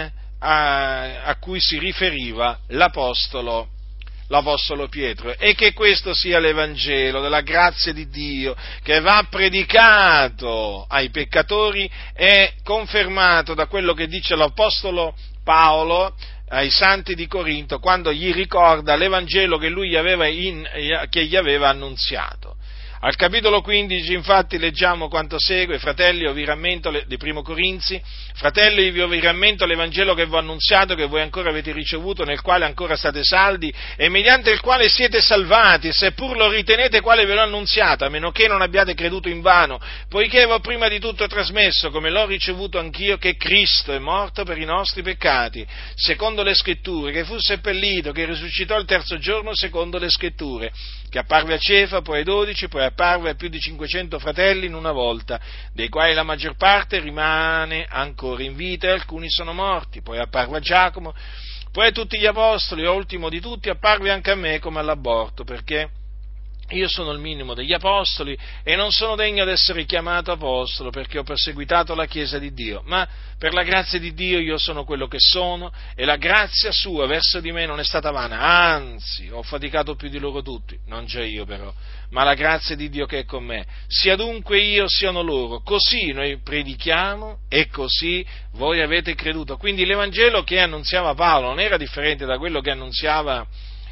a cui si riferiva l'Apostolo Pietro, e che questo sia l'Evangelo della grazia di Dio che va predicato ai peccatori è confermato da quello che dice l'Apostolo Paolo ai santi di Corinto quando gli ricorda l'Evangelo che che gli aveva annunziato. Al capitolo 15, infatti, leggiamo quanto segue: fratelli, io vi rammento, di Primo Corinzi, fratelli, io vi rammento l'Evangelo che vi ho annunziato, che voi ancora avete ricevuto, nel quale ancora state saldi, e mediante il quale siete salvati, seppur lo ritenete quale ve l'ho annunziato, a meno che non abbiate creduto invano, poiché vi ho prima di tutto trasmesso, come l'ho ricevuto anch'io, che Cristo è morto per i nostri peccati, secondo le Scritture, che fu seppellito, che risuscitò il terzo giorno, secondo le Scritture, che apparve a Cefa, poi ai 12, poi apparve a più di 500 fratelli in una volta, dei quali la maggior parte rimane ancora in vita e alcuni sono morti, poi apparve a Giacomo, poi a tutti gli apostoli, e ultimo di tutti apparve anche a me come all'aborto, perché io sono il minimo degli apostoli e non sono degno di essere chiamato apostolo perché ho perseguitato la Chiesa di Dio, ma per la grazia di Dio io sono quello che sono e la grazia sua verso di me non è stata vana, anzi ho faticato più di loro tutti, non già io però, ma la grazia di Dio che è con me, sia dunque io siano loro, così noi predichiamo e così voi avete creduto. Quindi l'Evangelo che annunziava Paolo non era differente da quello che annunziava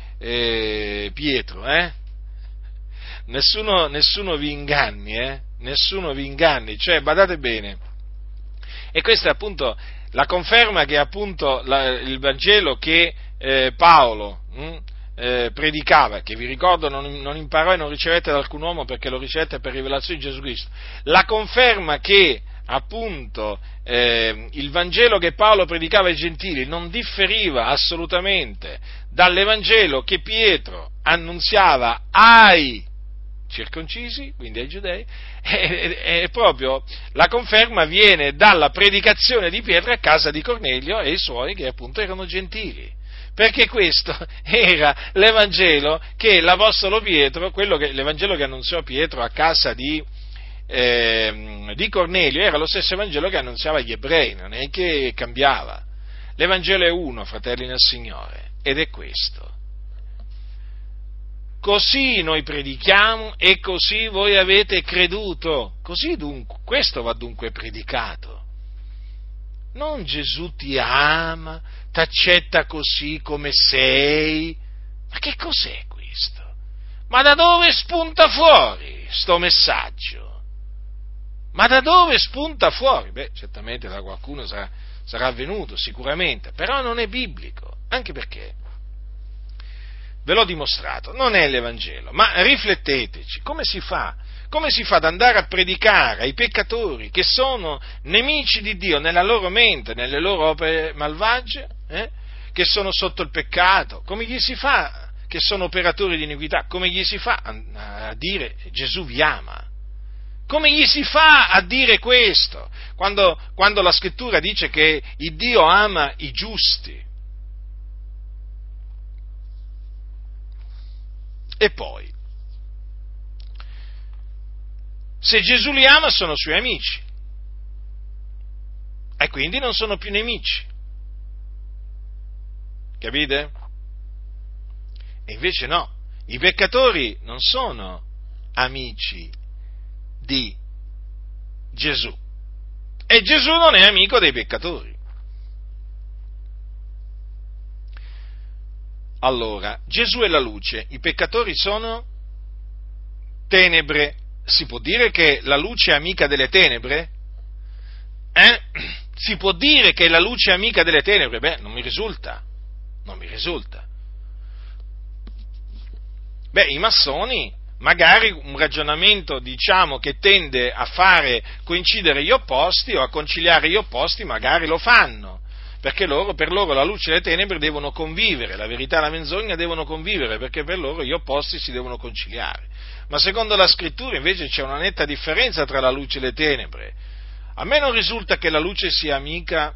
Pietro, Nessuno vi inganni, nessuno vi inganni, cioè badate bene, e questa è appunto la conferma che appunto il Vangelo che Paolo predicava, che vi ricordo non imparò e non ricevette da alcun uomo perché lo ricevette per rivelazione di Gesù Cristo, la conferma che appunto il Vangelo che Paolo predicava ai gentili non differiva assolutamente dall'Evangelo che Pietro annunziava ai circoncisi, quindi ai giudei, e proprio la conferma viene dalla predicazione di Pietro a casa di Cornelio e i suoi che appunto erano gentili, perché questo era l'Evangelo che l'Apostolo Pietro, l'Evangelo che annunziò Pietro a casa di Cornelio, era lo stesso Evangelo che annunziava agli ebrei, non è che cambiava. L'Evangelo è uno, fratelli nel Signore, ed è questo. Così noi predichiamo e così voi avete creduto. Così dunque, questo va dunque predicato. Non Gesù ti ama, t'accetta così come sei. Ma che cos'è questo? Ma da dove spunta fuori sto messaggio? Ma da dove spunta fuori? Beh, certamente da qualcuno sarà venuto, sicuramente, però non è biblico, anche perché ve l'ho dimostrato, non è l'Evangelo, ma rifletteteci, come si fa? Come si fa ad andare a predicare ai peccatori che sono nemici di Dio nella loro mente, nelle loro opere malvagie, che sono sotto il peccato? Come gli si fa, che sono operatori di iniquità, come gli si fa a dire Gesù vi ama? Come gli si fa a dire questo? Quando la Scrittura dice che il Dio ama i giusti. E poi, se Gesù li ama sono suoi amici e quindi non sono più nemici, capite? E invece no, i peccatori non sono amici di Gesù e Gesù non è amico dei peccatori. Allora, Gesù è la luce, i peccatori sono tenebre. Si può dire che la luce è amica delle tenebre? Si può dire che la luce è amica delle tenebre? Beh, non mi risulta. Beh, i massoni, magari un ragionamento, che tende a fare coincidere gli opposti o a conciliare gli opposti, magari lo fanno, perché per loro la luce e le tenebre devono convivere, la verità e la menzogna devono convivere, perché per loro gli opposti si devono conciliare. Ma secondo la Scrittura invece c'è una netta differenza tra la luce e le tenebre. A me non risulta che la luce sia amica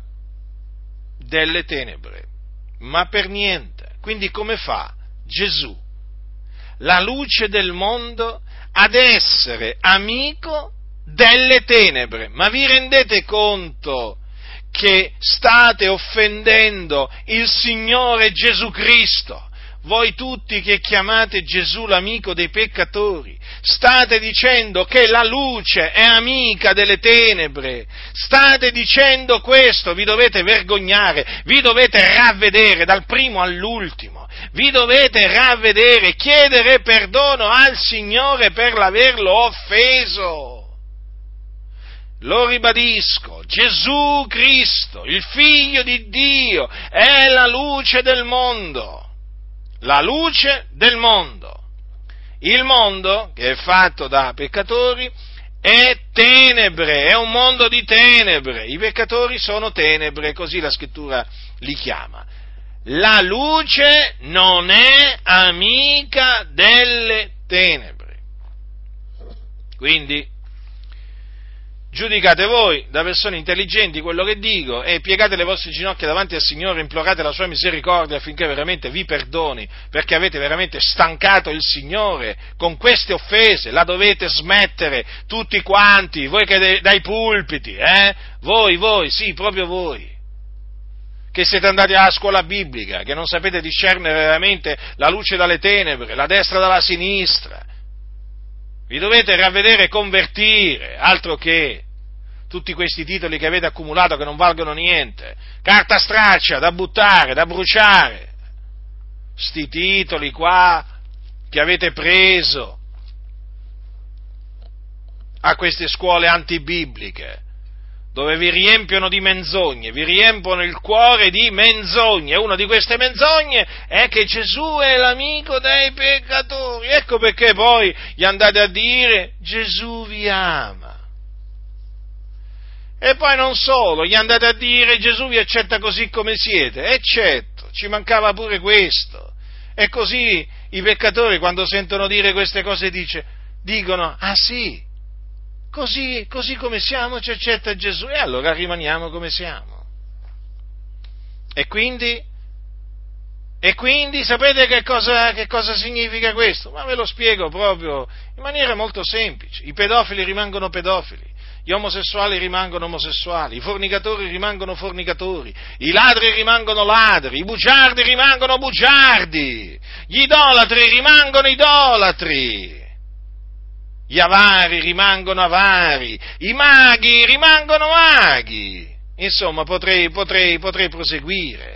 delle tenebre, ma per niente. Quindi come fa Gesù, la luce del mondo, ad essere amico delle tenebre? Ma vi rendete conto che state offendendo il Signore Gesù Cristo? Voi tutti che chiamate Gesù l'amico dei peccatori, state dicendo che la luce è amica delle tenebre, state dicendo questo, vi dovete vergognare, vi dovete ravvedere dal primo all'ultimo, vi dovete ravvedere, chiedere perdono al Signore per l'averlo offeso. Lo ribadisco, Gesù Cristo, il Figlio di Dio, è la luce del mondo. La luce del mondo. Il mondo, che è fatto da peccatori, è tenebre, è un mondo di tenebre. I peccatori sono tenebre, così la Scrittura li chiama. La luce non è amica delle tenebre. Quindi, giudicate voi, da persone intelligenti, quello che dico, e piegate le vostre ginocchia davanti al Signore, implorate la sua misericordia affinché veramente vi perdoni, perché avete veramente stancato il Signore con queste offese. La dovete smettere tutti quanti, voi che dai pulpiti, voi, sì, proprio voi, che siete andati alla scuola biblica, che non sapete discernere veramente la luce dalle tenebre, la destra dalla sinistra. Vi dovete ravvedere e convertire, altro che tutti questi titoli che avete accumulato che non valgono niente, carta straccia da buttare, da bruciare, sti titoli qua che avete preso a queste scuole antibibliche, dove vi riempiono di menzogne, vi riempiono il cuore di menzogne, e una di queste menzogne è che Gesù è l'amico dei peccatori. Ecco perché poi gli andate a dire Gesù vi ama. E poi non solo, gli andate a dire Gesù vi accetta così come siete. Eccetto, ci mancava pure questo. E così i peccatori, quando sentono dire queste cose, dicono, ah sì, così come siamo ci accetta Gesù, e allora rimaniamo come siamo. E quindi sapete che cosa significa questo? Ma ve lo spiego proprio in maniera molto semplice. I pedofili rimangono pedofili, gli omosessuali rimangono omosessuali, i fornicatori rimangono fornicatori, i ladri rimangono ladri, i bugiardi rimangono bugiardi, gli idolatri rimangono idolatri, gli avari rimangono avari, i maghi rimangono maghi. Insomma, potrei proseguire.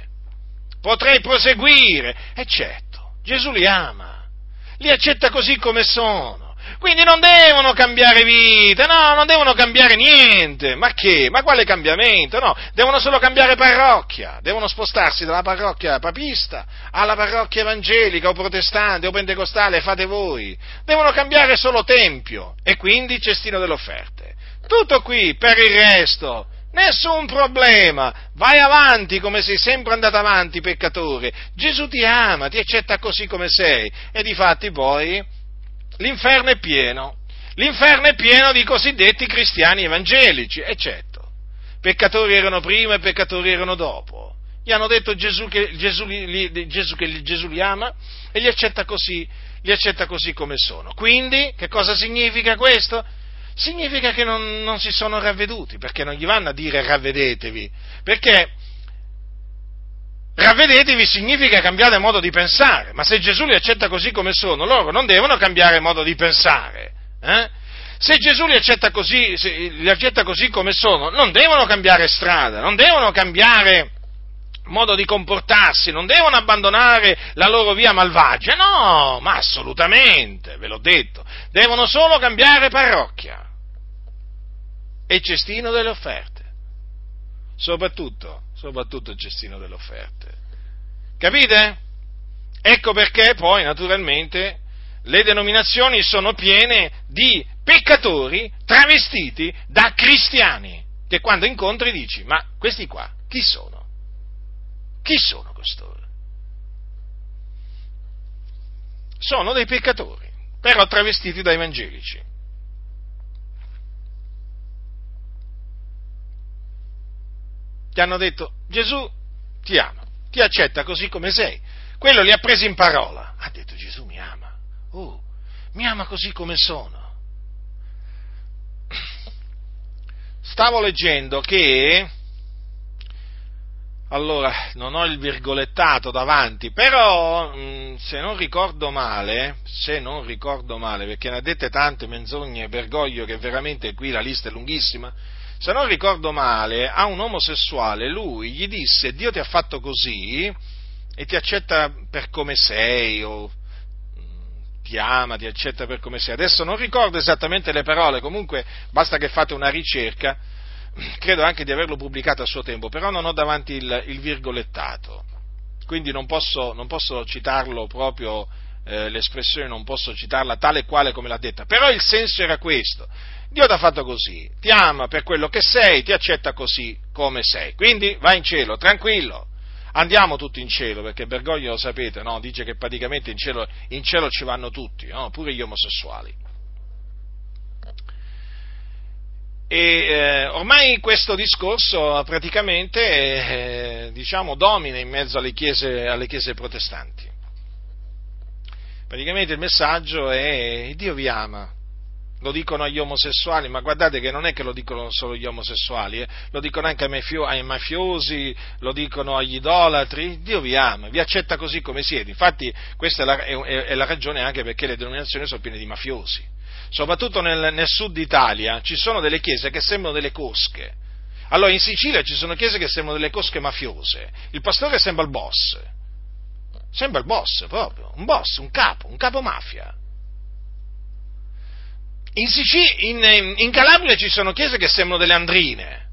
E certo, Gesù li ama, li accetta così come sono. Quindi non devono cambiare vita, no, non devono cambiare niente. Ma che? Ma quale cambiamento? No, devono solo cambiare parrocchia, devono spostarsi dalla parrocchia papista alla parrocchia evangelica o protestante o pentecostale, fate voi. Devono cambiare solo tempio e quindi cestino delle offerte. Tutto qui, per il resto nessun problema, vai avanti come sei sempre andato avanti, peccatore. Gesù ti ama, ti accetta così come sei, e difatti poi l'inferno è pieno di cosiddetti cristiani evangelici, e certo, peccatori erano prima e peccatori erano dopo. Gli hanno detto Gesù che Gesù li ama e li accetta così come sono. Quindi, che cosa significa questo? Significa che non si sono ravveduti, perché non gli vanno a dire ravvedetevi, perché ravvedetevi significa cambiare modo di pensare, ma se Gesù li accetta così come sono, loro non devono cambiare modo di pensare. Se Gesù li accetta così come sono, non devono cambiare strada, non devono cambiare modo di comportarsi, non devono abbandonare la loro via malvagia, no, ma assolutamente, ve l'ho detto, devono solo cambiare parrocchia e cestino delle offerte, soprattutto il cestino delle offerte. Capite? Ecco perché poi, naturalmente, le denominazioni sono piene di peccatori travestiti da cristiani, che quando incontri dici, ma questi qua, chi sono? Chi sono costoro? Sono dei peccatori, però travestiti da evangelici. Ti hanno detto, Gesù ti ama, ti accetta così come sei. Quello li ha presi in parola. Ha detto, Gesù mi ama. Mi ama così come sono. Stavo leggendo che, allora, non ho il virgolettato davanti, però, se non ricordo male, perché ne ha dette tante menzogne e vergoglio che veramente qui la lista è lunghissima, se non ricordo male, a un omosessuale lui gli disse, Dio ti ha fatto così e ti accetta per come sei, o ti ama, ti accetta per come sei. Adesso non ricordo esattamente le parole, comunque basta che fate una ricerca, credo anche di averlo pubblicato a suo tempo, però non ho davanti il virgolettato, quindi non posso citarlo proprio, l'espressione non posso citarla tale e quale come l'ha detta, però il senso era questo: Dio ti ha fatto così, ti ama per quello che sei, ti accetta così come sei, quindi vai in cielo, tranquillo. Andiamo tutti in cielo, perché Bergoglio, lo sapete, no? Dice che praticamente in cielo ci vanno tutti, no? Pure gli omosessuali. E ormai questo discorso praticamente domina in mezzo alle chiese protestanti. Praticamente il messaggio è: Dio vi ama. Lo dicono agli omosessuali, ma guardate che non è che lo dicono solo gli omosessuali, lo dicono anche ai mafiosi, lo dicono agli idolatri. Dio vi ama, vi accetta così come siete. Infatti questa è la ragione anche perché le denominazioni sono piene di mafiosi. Soprattutto nel sud Italia ci sono delle chiese che sembrano delle cosche. Allora in Sicilia ci sono chiese che sembrano delle cosche mafiose. Il pastore sembra il boss proprio, un capo mafia. In Calabria ci sono chiese che sembrano delle andrine,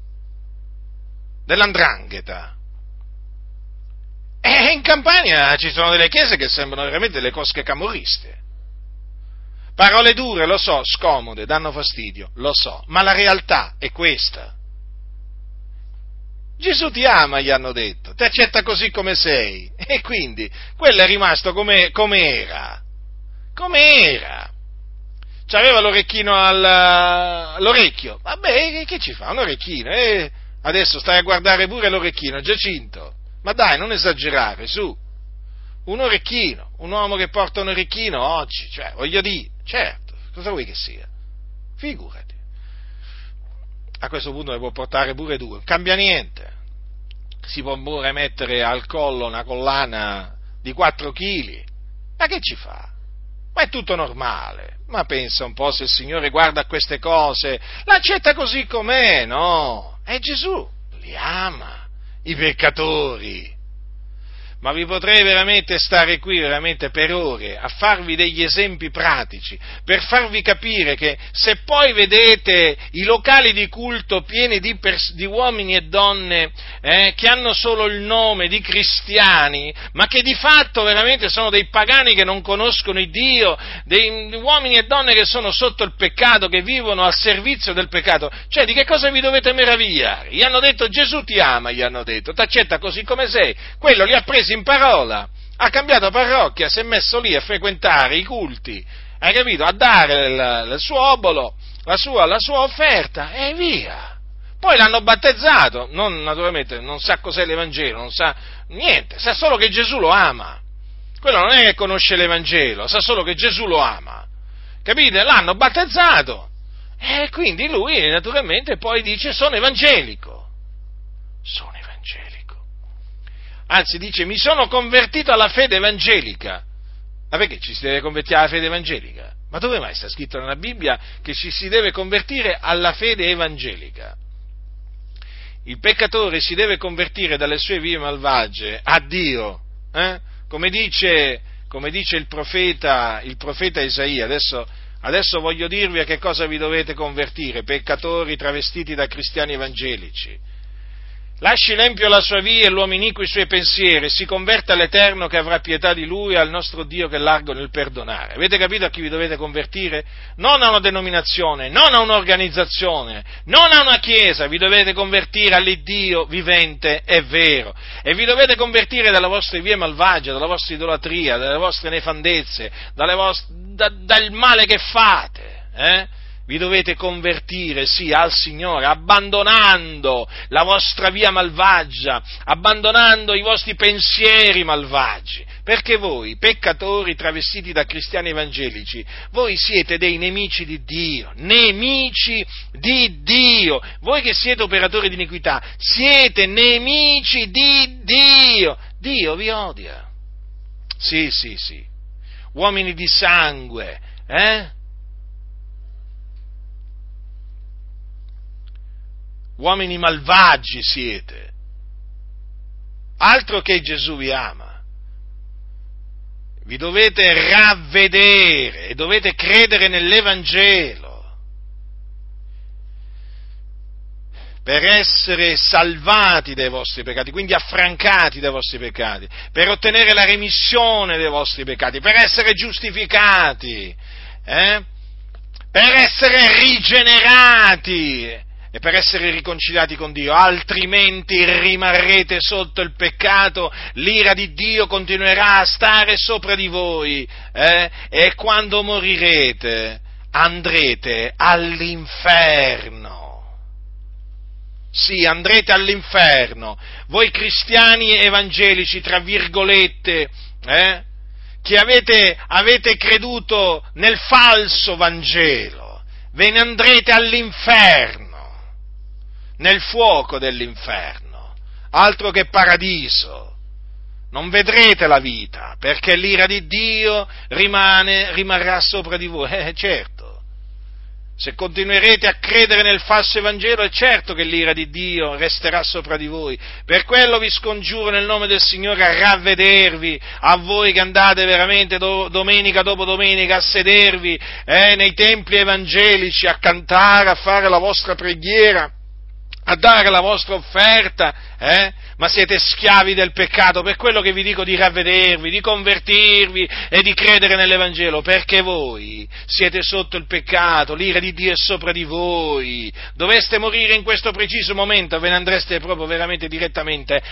dell''ndrangheta. E in Campania ci sono delle chiese che sembrano veramente delle cosche camorriste. Parole dure, lo so, scomode, danno fastidio, lo so, ma la realtà è questa. Gesù ti ama, gli hanno detto, ti accetta così come sei, e quindi quello è rimasto come era. C'aveva l'orecchino all'orecchio, vabbè, che ci fa? Un orecchino, adesso stai a guardare pure l'orecchino, Giacinto, ma dai, non esagerare, su, un orecchino, un uomo che porta un orecchino oggi, cioè, voglio dire, certo, cosa vuoi che sia? Figurati, a questo punto ne può portare pure due, non cambia niente, si può pure mettere al collo una collana di 4 kg, ma che ci fa? Ma è tutto normale, ma pensa un po', se il Signore guarda a queste cose, l'accetta così com'è, no? E Gesù li ama, i peccatori. Ma vi potrei veramente stare qui veramente per ore a farvi degli esempi pratici, per farvi capire che se poi vedete i locali di culto pieni di uomini e donne che hanno solo il nome di cristiani, ma che di fatto veramente sono dei pagani che non conoscono il Dio, dei uomini e donne che sono sotto il peccato, che vivono al servizio del peccato, cioè di che cosa vi dovete meravigliare? Gli hanno detto Gesù ti ama, gli hanno detto, t'accetta così come sei, quello li ha presi in parola, ha cambiato parrocchia, si è messo lì a frequentare i culti, hai capito? A dare il suo obolo, la sua offerta e via. Poi l'hanno battezzato, naturalmente non sa cos'è l'Evangelo, non sa niente, sa solo che Gesù lo ama. Quello non è che conosce l'Evangelo, sa solo che Gesù lo ama. Capite? L'hanno battezzato e quindi lui naturalmente poi dice sono evangelico. Anzi dice mi sono convertito alla fede evangelica. Ma perché ci si deve convertire alla fede evangelica? Ma dove mai sta scritto nella Bibbia che ci si deve convertire alla fede evangelica? Il peccatore si deve convertire dalle sue vie malvagie a Dio, come dice il profeta Isaia. Adesso voglio dirvi a che cosa vi dovete convertire, peccatori travestiti da cristiani evangelici. Lasci l'empio la sua via e l'uomo iniquo i suoi pensieri, si converta all'Eterno che avrà pietà di lui e al nostro Dio che è largo nel perdonare. Avete capito a chi vi dovete convertire? Non a una denominazione, non a un'organizzazione, non a una chiesa, vi dovete convertire all'Iddio vivente e vero. E vi dovete convertire dalle vostre vie malvagie, dalla vostra idolatria, dalle vostre nefandezze, dal male che fate, Vi dovete convertire, sì, al Signore, abbandonando la vostra via malvagia, abbandonando i vostri pensieri malvagi, perché voi, peccatori travestiti da cristiani evangelici, voi siete dei nemici di Dio, voi che siete operatori di iniquità, siete nemici di Dio, Dio vi odia, sì, uomini di sangue, Uomini malvagi siete, altro che Gesù vi ama. Vi dovete ravvedere e dovete credere nell'Evangelo per essere salvati dai vostri peccati, quindi affrancati dai vostri peccati, per ottenere la remissione dei vostri peccati, per essere giustificati, per essere rigenerati e per essere riconciliati con Dio, altrimenti rimarrete sotto il peccato, l'ira di Dio continuerà a stare sopra di voi, e quando morirete andrete all'inferno. Sì, andrete all'inferno. Voi cristiani evangelici, tra virgolette, che avete creduto nel falso Vangelo, ve ne andrete all'inferno, nel fuoco dell'inferno, altro che paradiso. Non vedrete la vita, perché l'ira di Dio rimarrà sopra di voi. Certo, se continuerete a credere nel falso Evangelo, è certo che l'ira di Dio resterà sopra di voi. Per quello vi scongiuro nel nome del Signore a ravvedervi, a voi che andate veramente domenica dopo domenica a sedervi nei templi evangelici, a cantare, a fare la vostra preghiera, a dare la vostra offerta, ma siete schiavi del peccato. Per quello che vi dico di ravvedervi, di convertirvi e di credere nell'Evangelo, perché voi siete sotto il peccato, l'ira di Dio è sopra di voi, doveste morire in questo preciso momento, ve ne andreste proprio veramente direttamente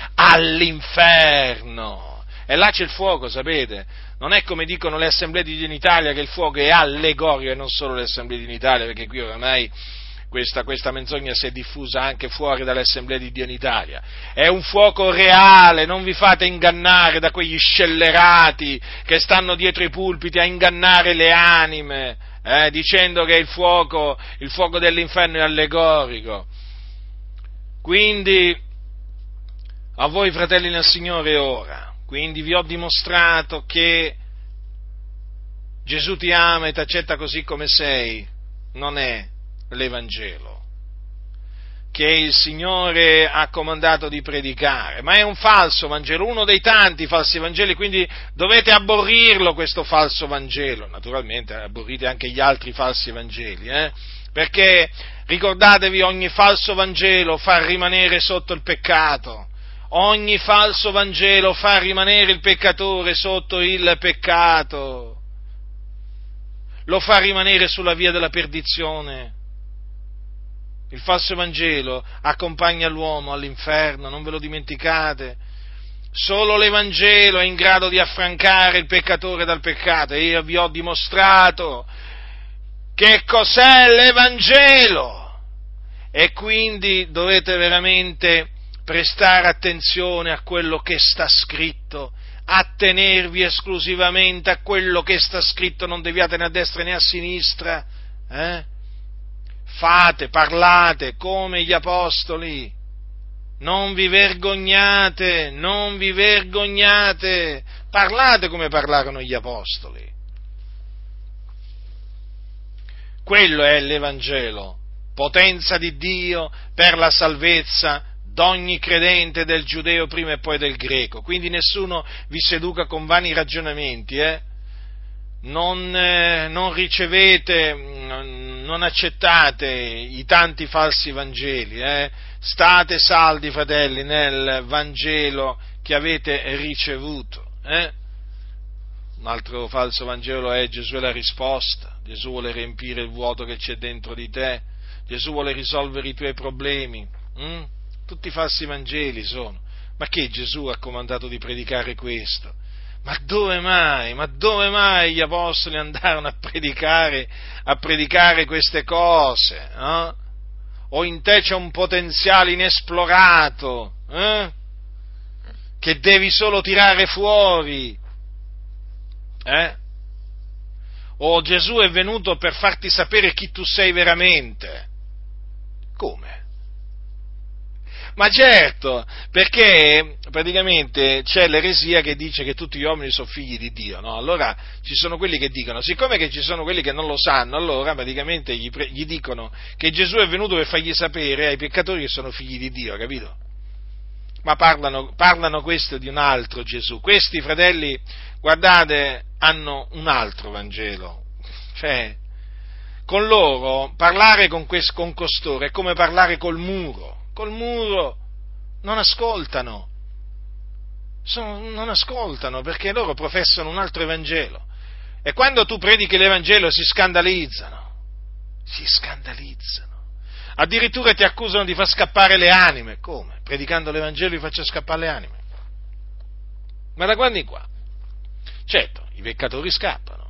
all'inferno. E là c'è il fuoco, sapete? Non è come dicono le assemblee di Dio in Italia, che il fuoco è allegorico, e non solo le assemblee di Dio in Italia, perché qui oramai questa menzogna si è diffusa anche fuori dalle assemblee di Dio in Italia. È un fuoco reale, non vi fate ingannare da quegli scellerati che stanno dietro i pulpiti a ingannare le anime, dicendo che il fuoco dell'inferno è allegorico. Quindi, a voi fratelli nel Signore ora, quindi vi ho dimostrato che Gesù ti ama e ti accetta così come sei, non è l'Evangelo che il Signore ha comandato di predicare, ma è un falso Vangelo, uno dei tanti falsi Vangeli, quindi dovete aborrirlo questo falso Vangelo. Naturalmente aborrite anche gli altri falsi Vangeli, perché ricordatevi, ogni falso Vangelo fa rimanere sotto il peccato, ogni falso Vangelo fa rimanere il peccatore sotto il peccato, lo fa rimanere sulla via della perdizione. Il falso Vangelo accompagna l'uomo all'inferno, non ve lo dimenticate. Solo l'Evangelo è in grado di affrancare il peccatore dal peccato, e io vi ho dimostrato che cos'è l'Evangelo, e quindi dovete veramente prestare attenzione a quello che sta scritto, attenervi esclusivamente a quello che sta scritto, non deviate né a destra né a sinistra, parlate come gli apostoli, non vi vergognate, parlate come parlarono gli apostoli. Quello è l'Evangelo, potenza di Dio per la salvezza d'ogni credente, del giudeo prima e poi del greco. Quindi nessuno vi seduca con vani ragionamenti, non non accettate i tanti falsi Vangeli, state saldi, fratelli, nel Vangelo che avete ricevuto. Un altro falso Vangelo è: Gesù è la risposta, Gesù vuole riempire il vuoto che c'è dentro di te, Gesù vuole risolvere i tuoi problemi. Tutti falsi Vangeli sono. Ma che Gesù ha comandato di predicare questo? Ma dove mai gli apostoli andarono a predicare queste cose? O in te c'è un potenziale inesplorato, che devi solo tirare fuori? O Gesù è venuto per farti sapere chi tu sei veramente? Come? Ma certo, perché praticamente c'è l'eresia che dice che tutti gli uomini sono figli di Dio, no? Allora ci sono quelli che dicono, siccome che ci sono quelli che non lo sanno, allora praticamente gli dicono che Gesù è venuto per fargli sapere ai peccatori che sono figli di Dio, capito? Ma parlano questo di un altro Gesù. Questi, fratelli, guardate, hanno un altro Vangelo. Cioè, con loro, parlare con costoro è come parlare col muro. Col muro non ascoltano. Non ascoltano perché loro professano un altro Evangelo. E quando tu predichi l'Evangelo si scandalizzano. Addirittura ti accusano di far scappare le anime. Come? Predicando l'Evangelo li faccio scappare le anime? Ma da quando in qua? Certo, i peccatori scappano.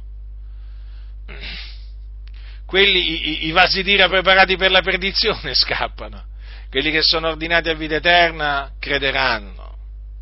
Quelli, i vasi d'ira preparati per la perdizione scappano. Quelli che sono ordinati a vita eterna crederanno.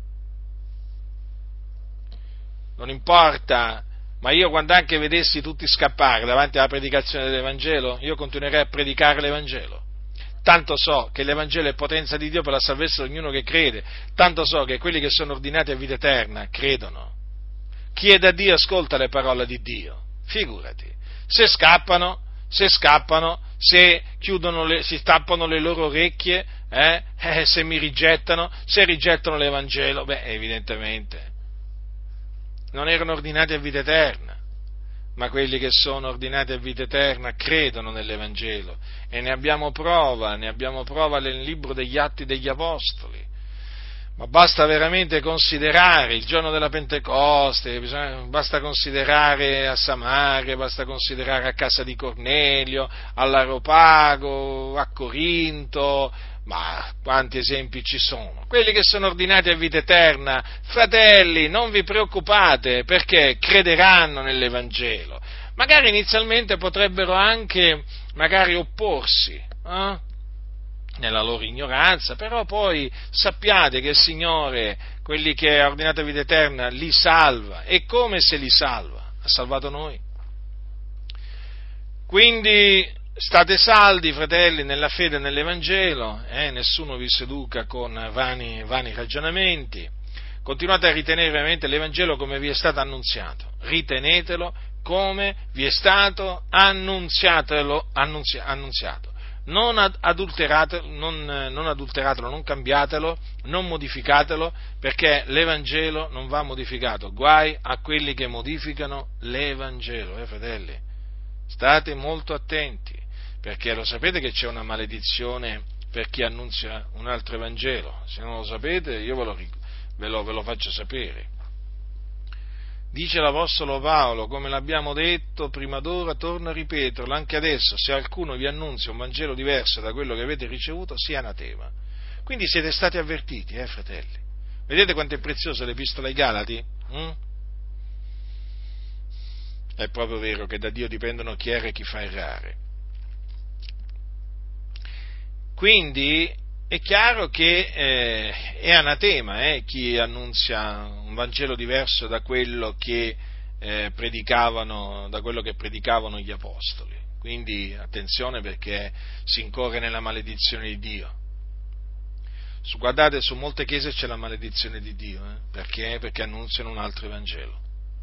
Non importa, ma io quando anche vedessi tutti scappare davanti alla predicazione dell'Evangelo, io continuerei a predicare l'Evangelo. Tanto so che l'Evangelo è potenza di Dio per la salvezza di ognuno che crede, tanto so che quelli che sono ordinati a vita eterna credono. Chi è da Dio ascolta le parole di Dio, figurati. Se scappano, se si tappano le loro orecchie, se mi rigettano, se rigettano l'Evangelo, evidentemente non erano ordinati a vita eterna. Ma quelli che sono ordinati a vita eterna credono nell'Evangelo, e ne abbiamo prova nel libro degli Atti degli Apostoli. Ma basta veramente considerare il giorno della Pentecoste, basta considerare a Samaria, basta considerare a casa di Cornelio, all'Areopago, a Corinto, ma quanti esempi ci sono? Quelli che sono ordinati a vita eterna, fratelli, non vi preoccupate, perché crederanno nell'Evangelo. Magari inizialmente potrebbero anche opporsi, nella loro ignoranza, però poi sappiate che il Signore, quelli che ha ordinato a vita eterna, li salva. E come se li salva? Ha salvato noi. Quindi state saldi, fratelli, nella fede e nell'Evangelo, nessuno vi seduca con vani ragionamenti. Continuate a ritenere veramente l'Evangelo come vi è stato annunziato. Ritenetelo come vi è stato annunziato. Non adulteratelo, non cambiatelo, non modificatelo, perché l'Evangelo non va modificato. Guai a quelli che modificano l'Evangelo, fratelli. State molto attenti, perché lo sapete che c'è una maledizione per chi annunzia un altro Evangelo. Se non lo sapete, io ve lo faccio sapere. Dice l'Apostolo Paolo, come l'abbiamo detto prima d'ora, torno a ripeterlo anche adesso: se qualcuno vi annunzia un Vangelo diverso da quello che avete ricevuto, sia anatema. Quindi siete stati avvertiti, fratelli. Vedete quanto è preziosa l'Epistola ai Galati? È proprio vero che da Dio dipendono chi erra e chi fa errare. Quindi è chiaro che è anatema chi annunzia un Vangelo diverso da quello che predicavano gli apostoli. Quindi attenzione, perché si incorre nella maledizione di Dio. Guardate, su molte chiese c'è la maledizione di Dio, perché? Perché annunziano un altro Evangelo.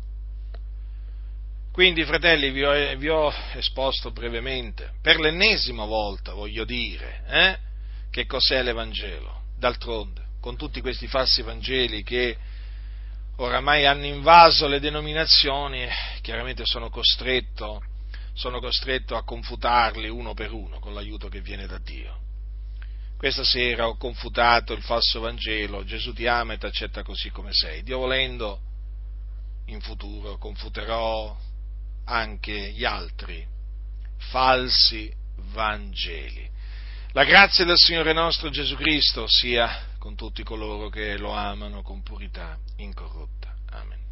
Quindi, fratelli, vi ho esposto brevemente, per l'ennesima volta voglio dire, che cos'è l'Evangelo. D'altronde, con tutti questi falsi Vangeli che oramai hanno invaso le denominazioni, chiaramente sono costretto sono costretto a confutarli uno per uno con l'aiuto che viene da Dio. Questa sera ho confutato il falso Vangelo, Gesù ti ama e ti accetta così come sei. Dio volendo, in futuro confuterò anche gli altri falsi Vangeli. La grazia del Signore nostro Gesù Cristo sia con tutti coloro che lo amano con purità incorrotta. Amen.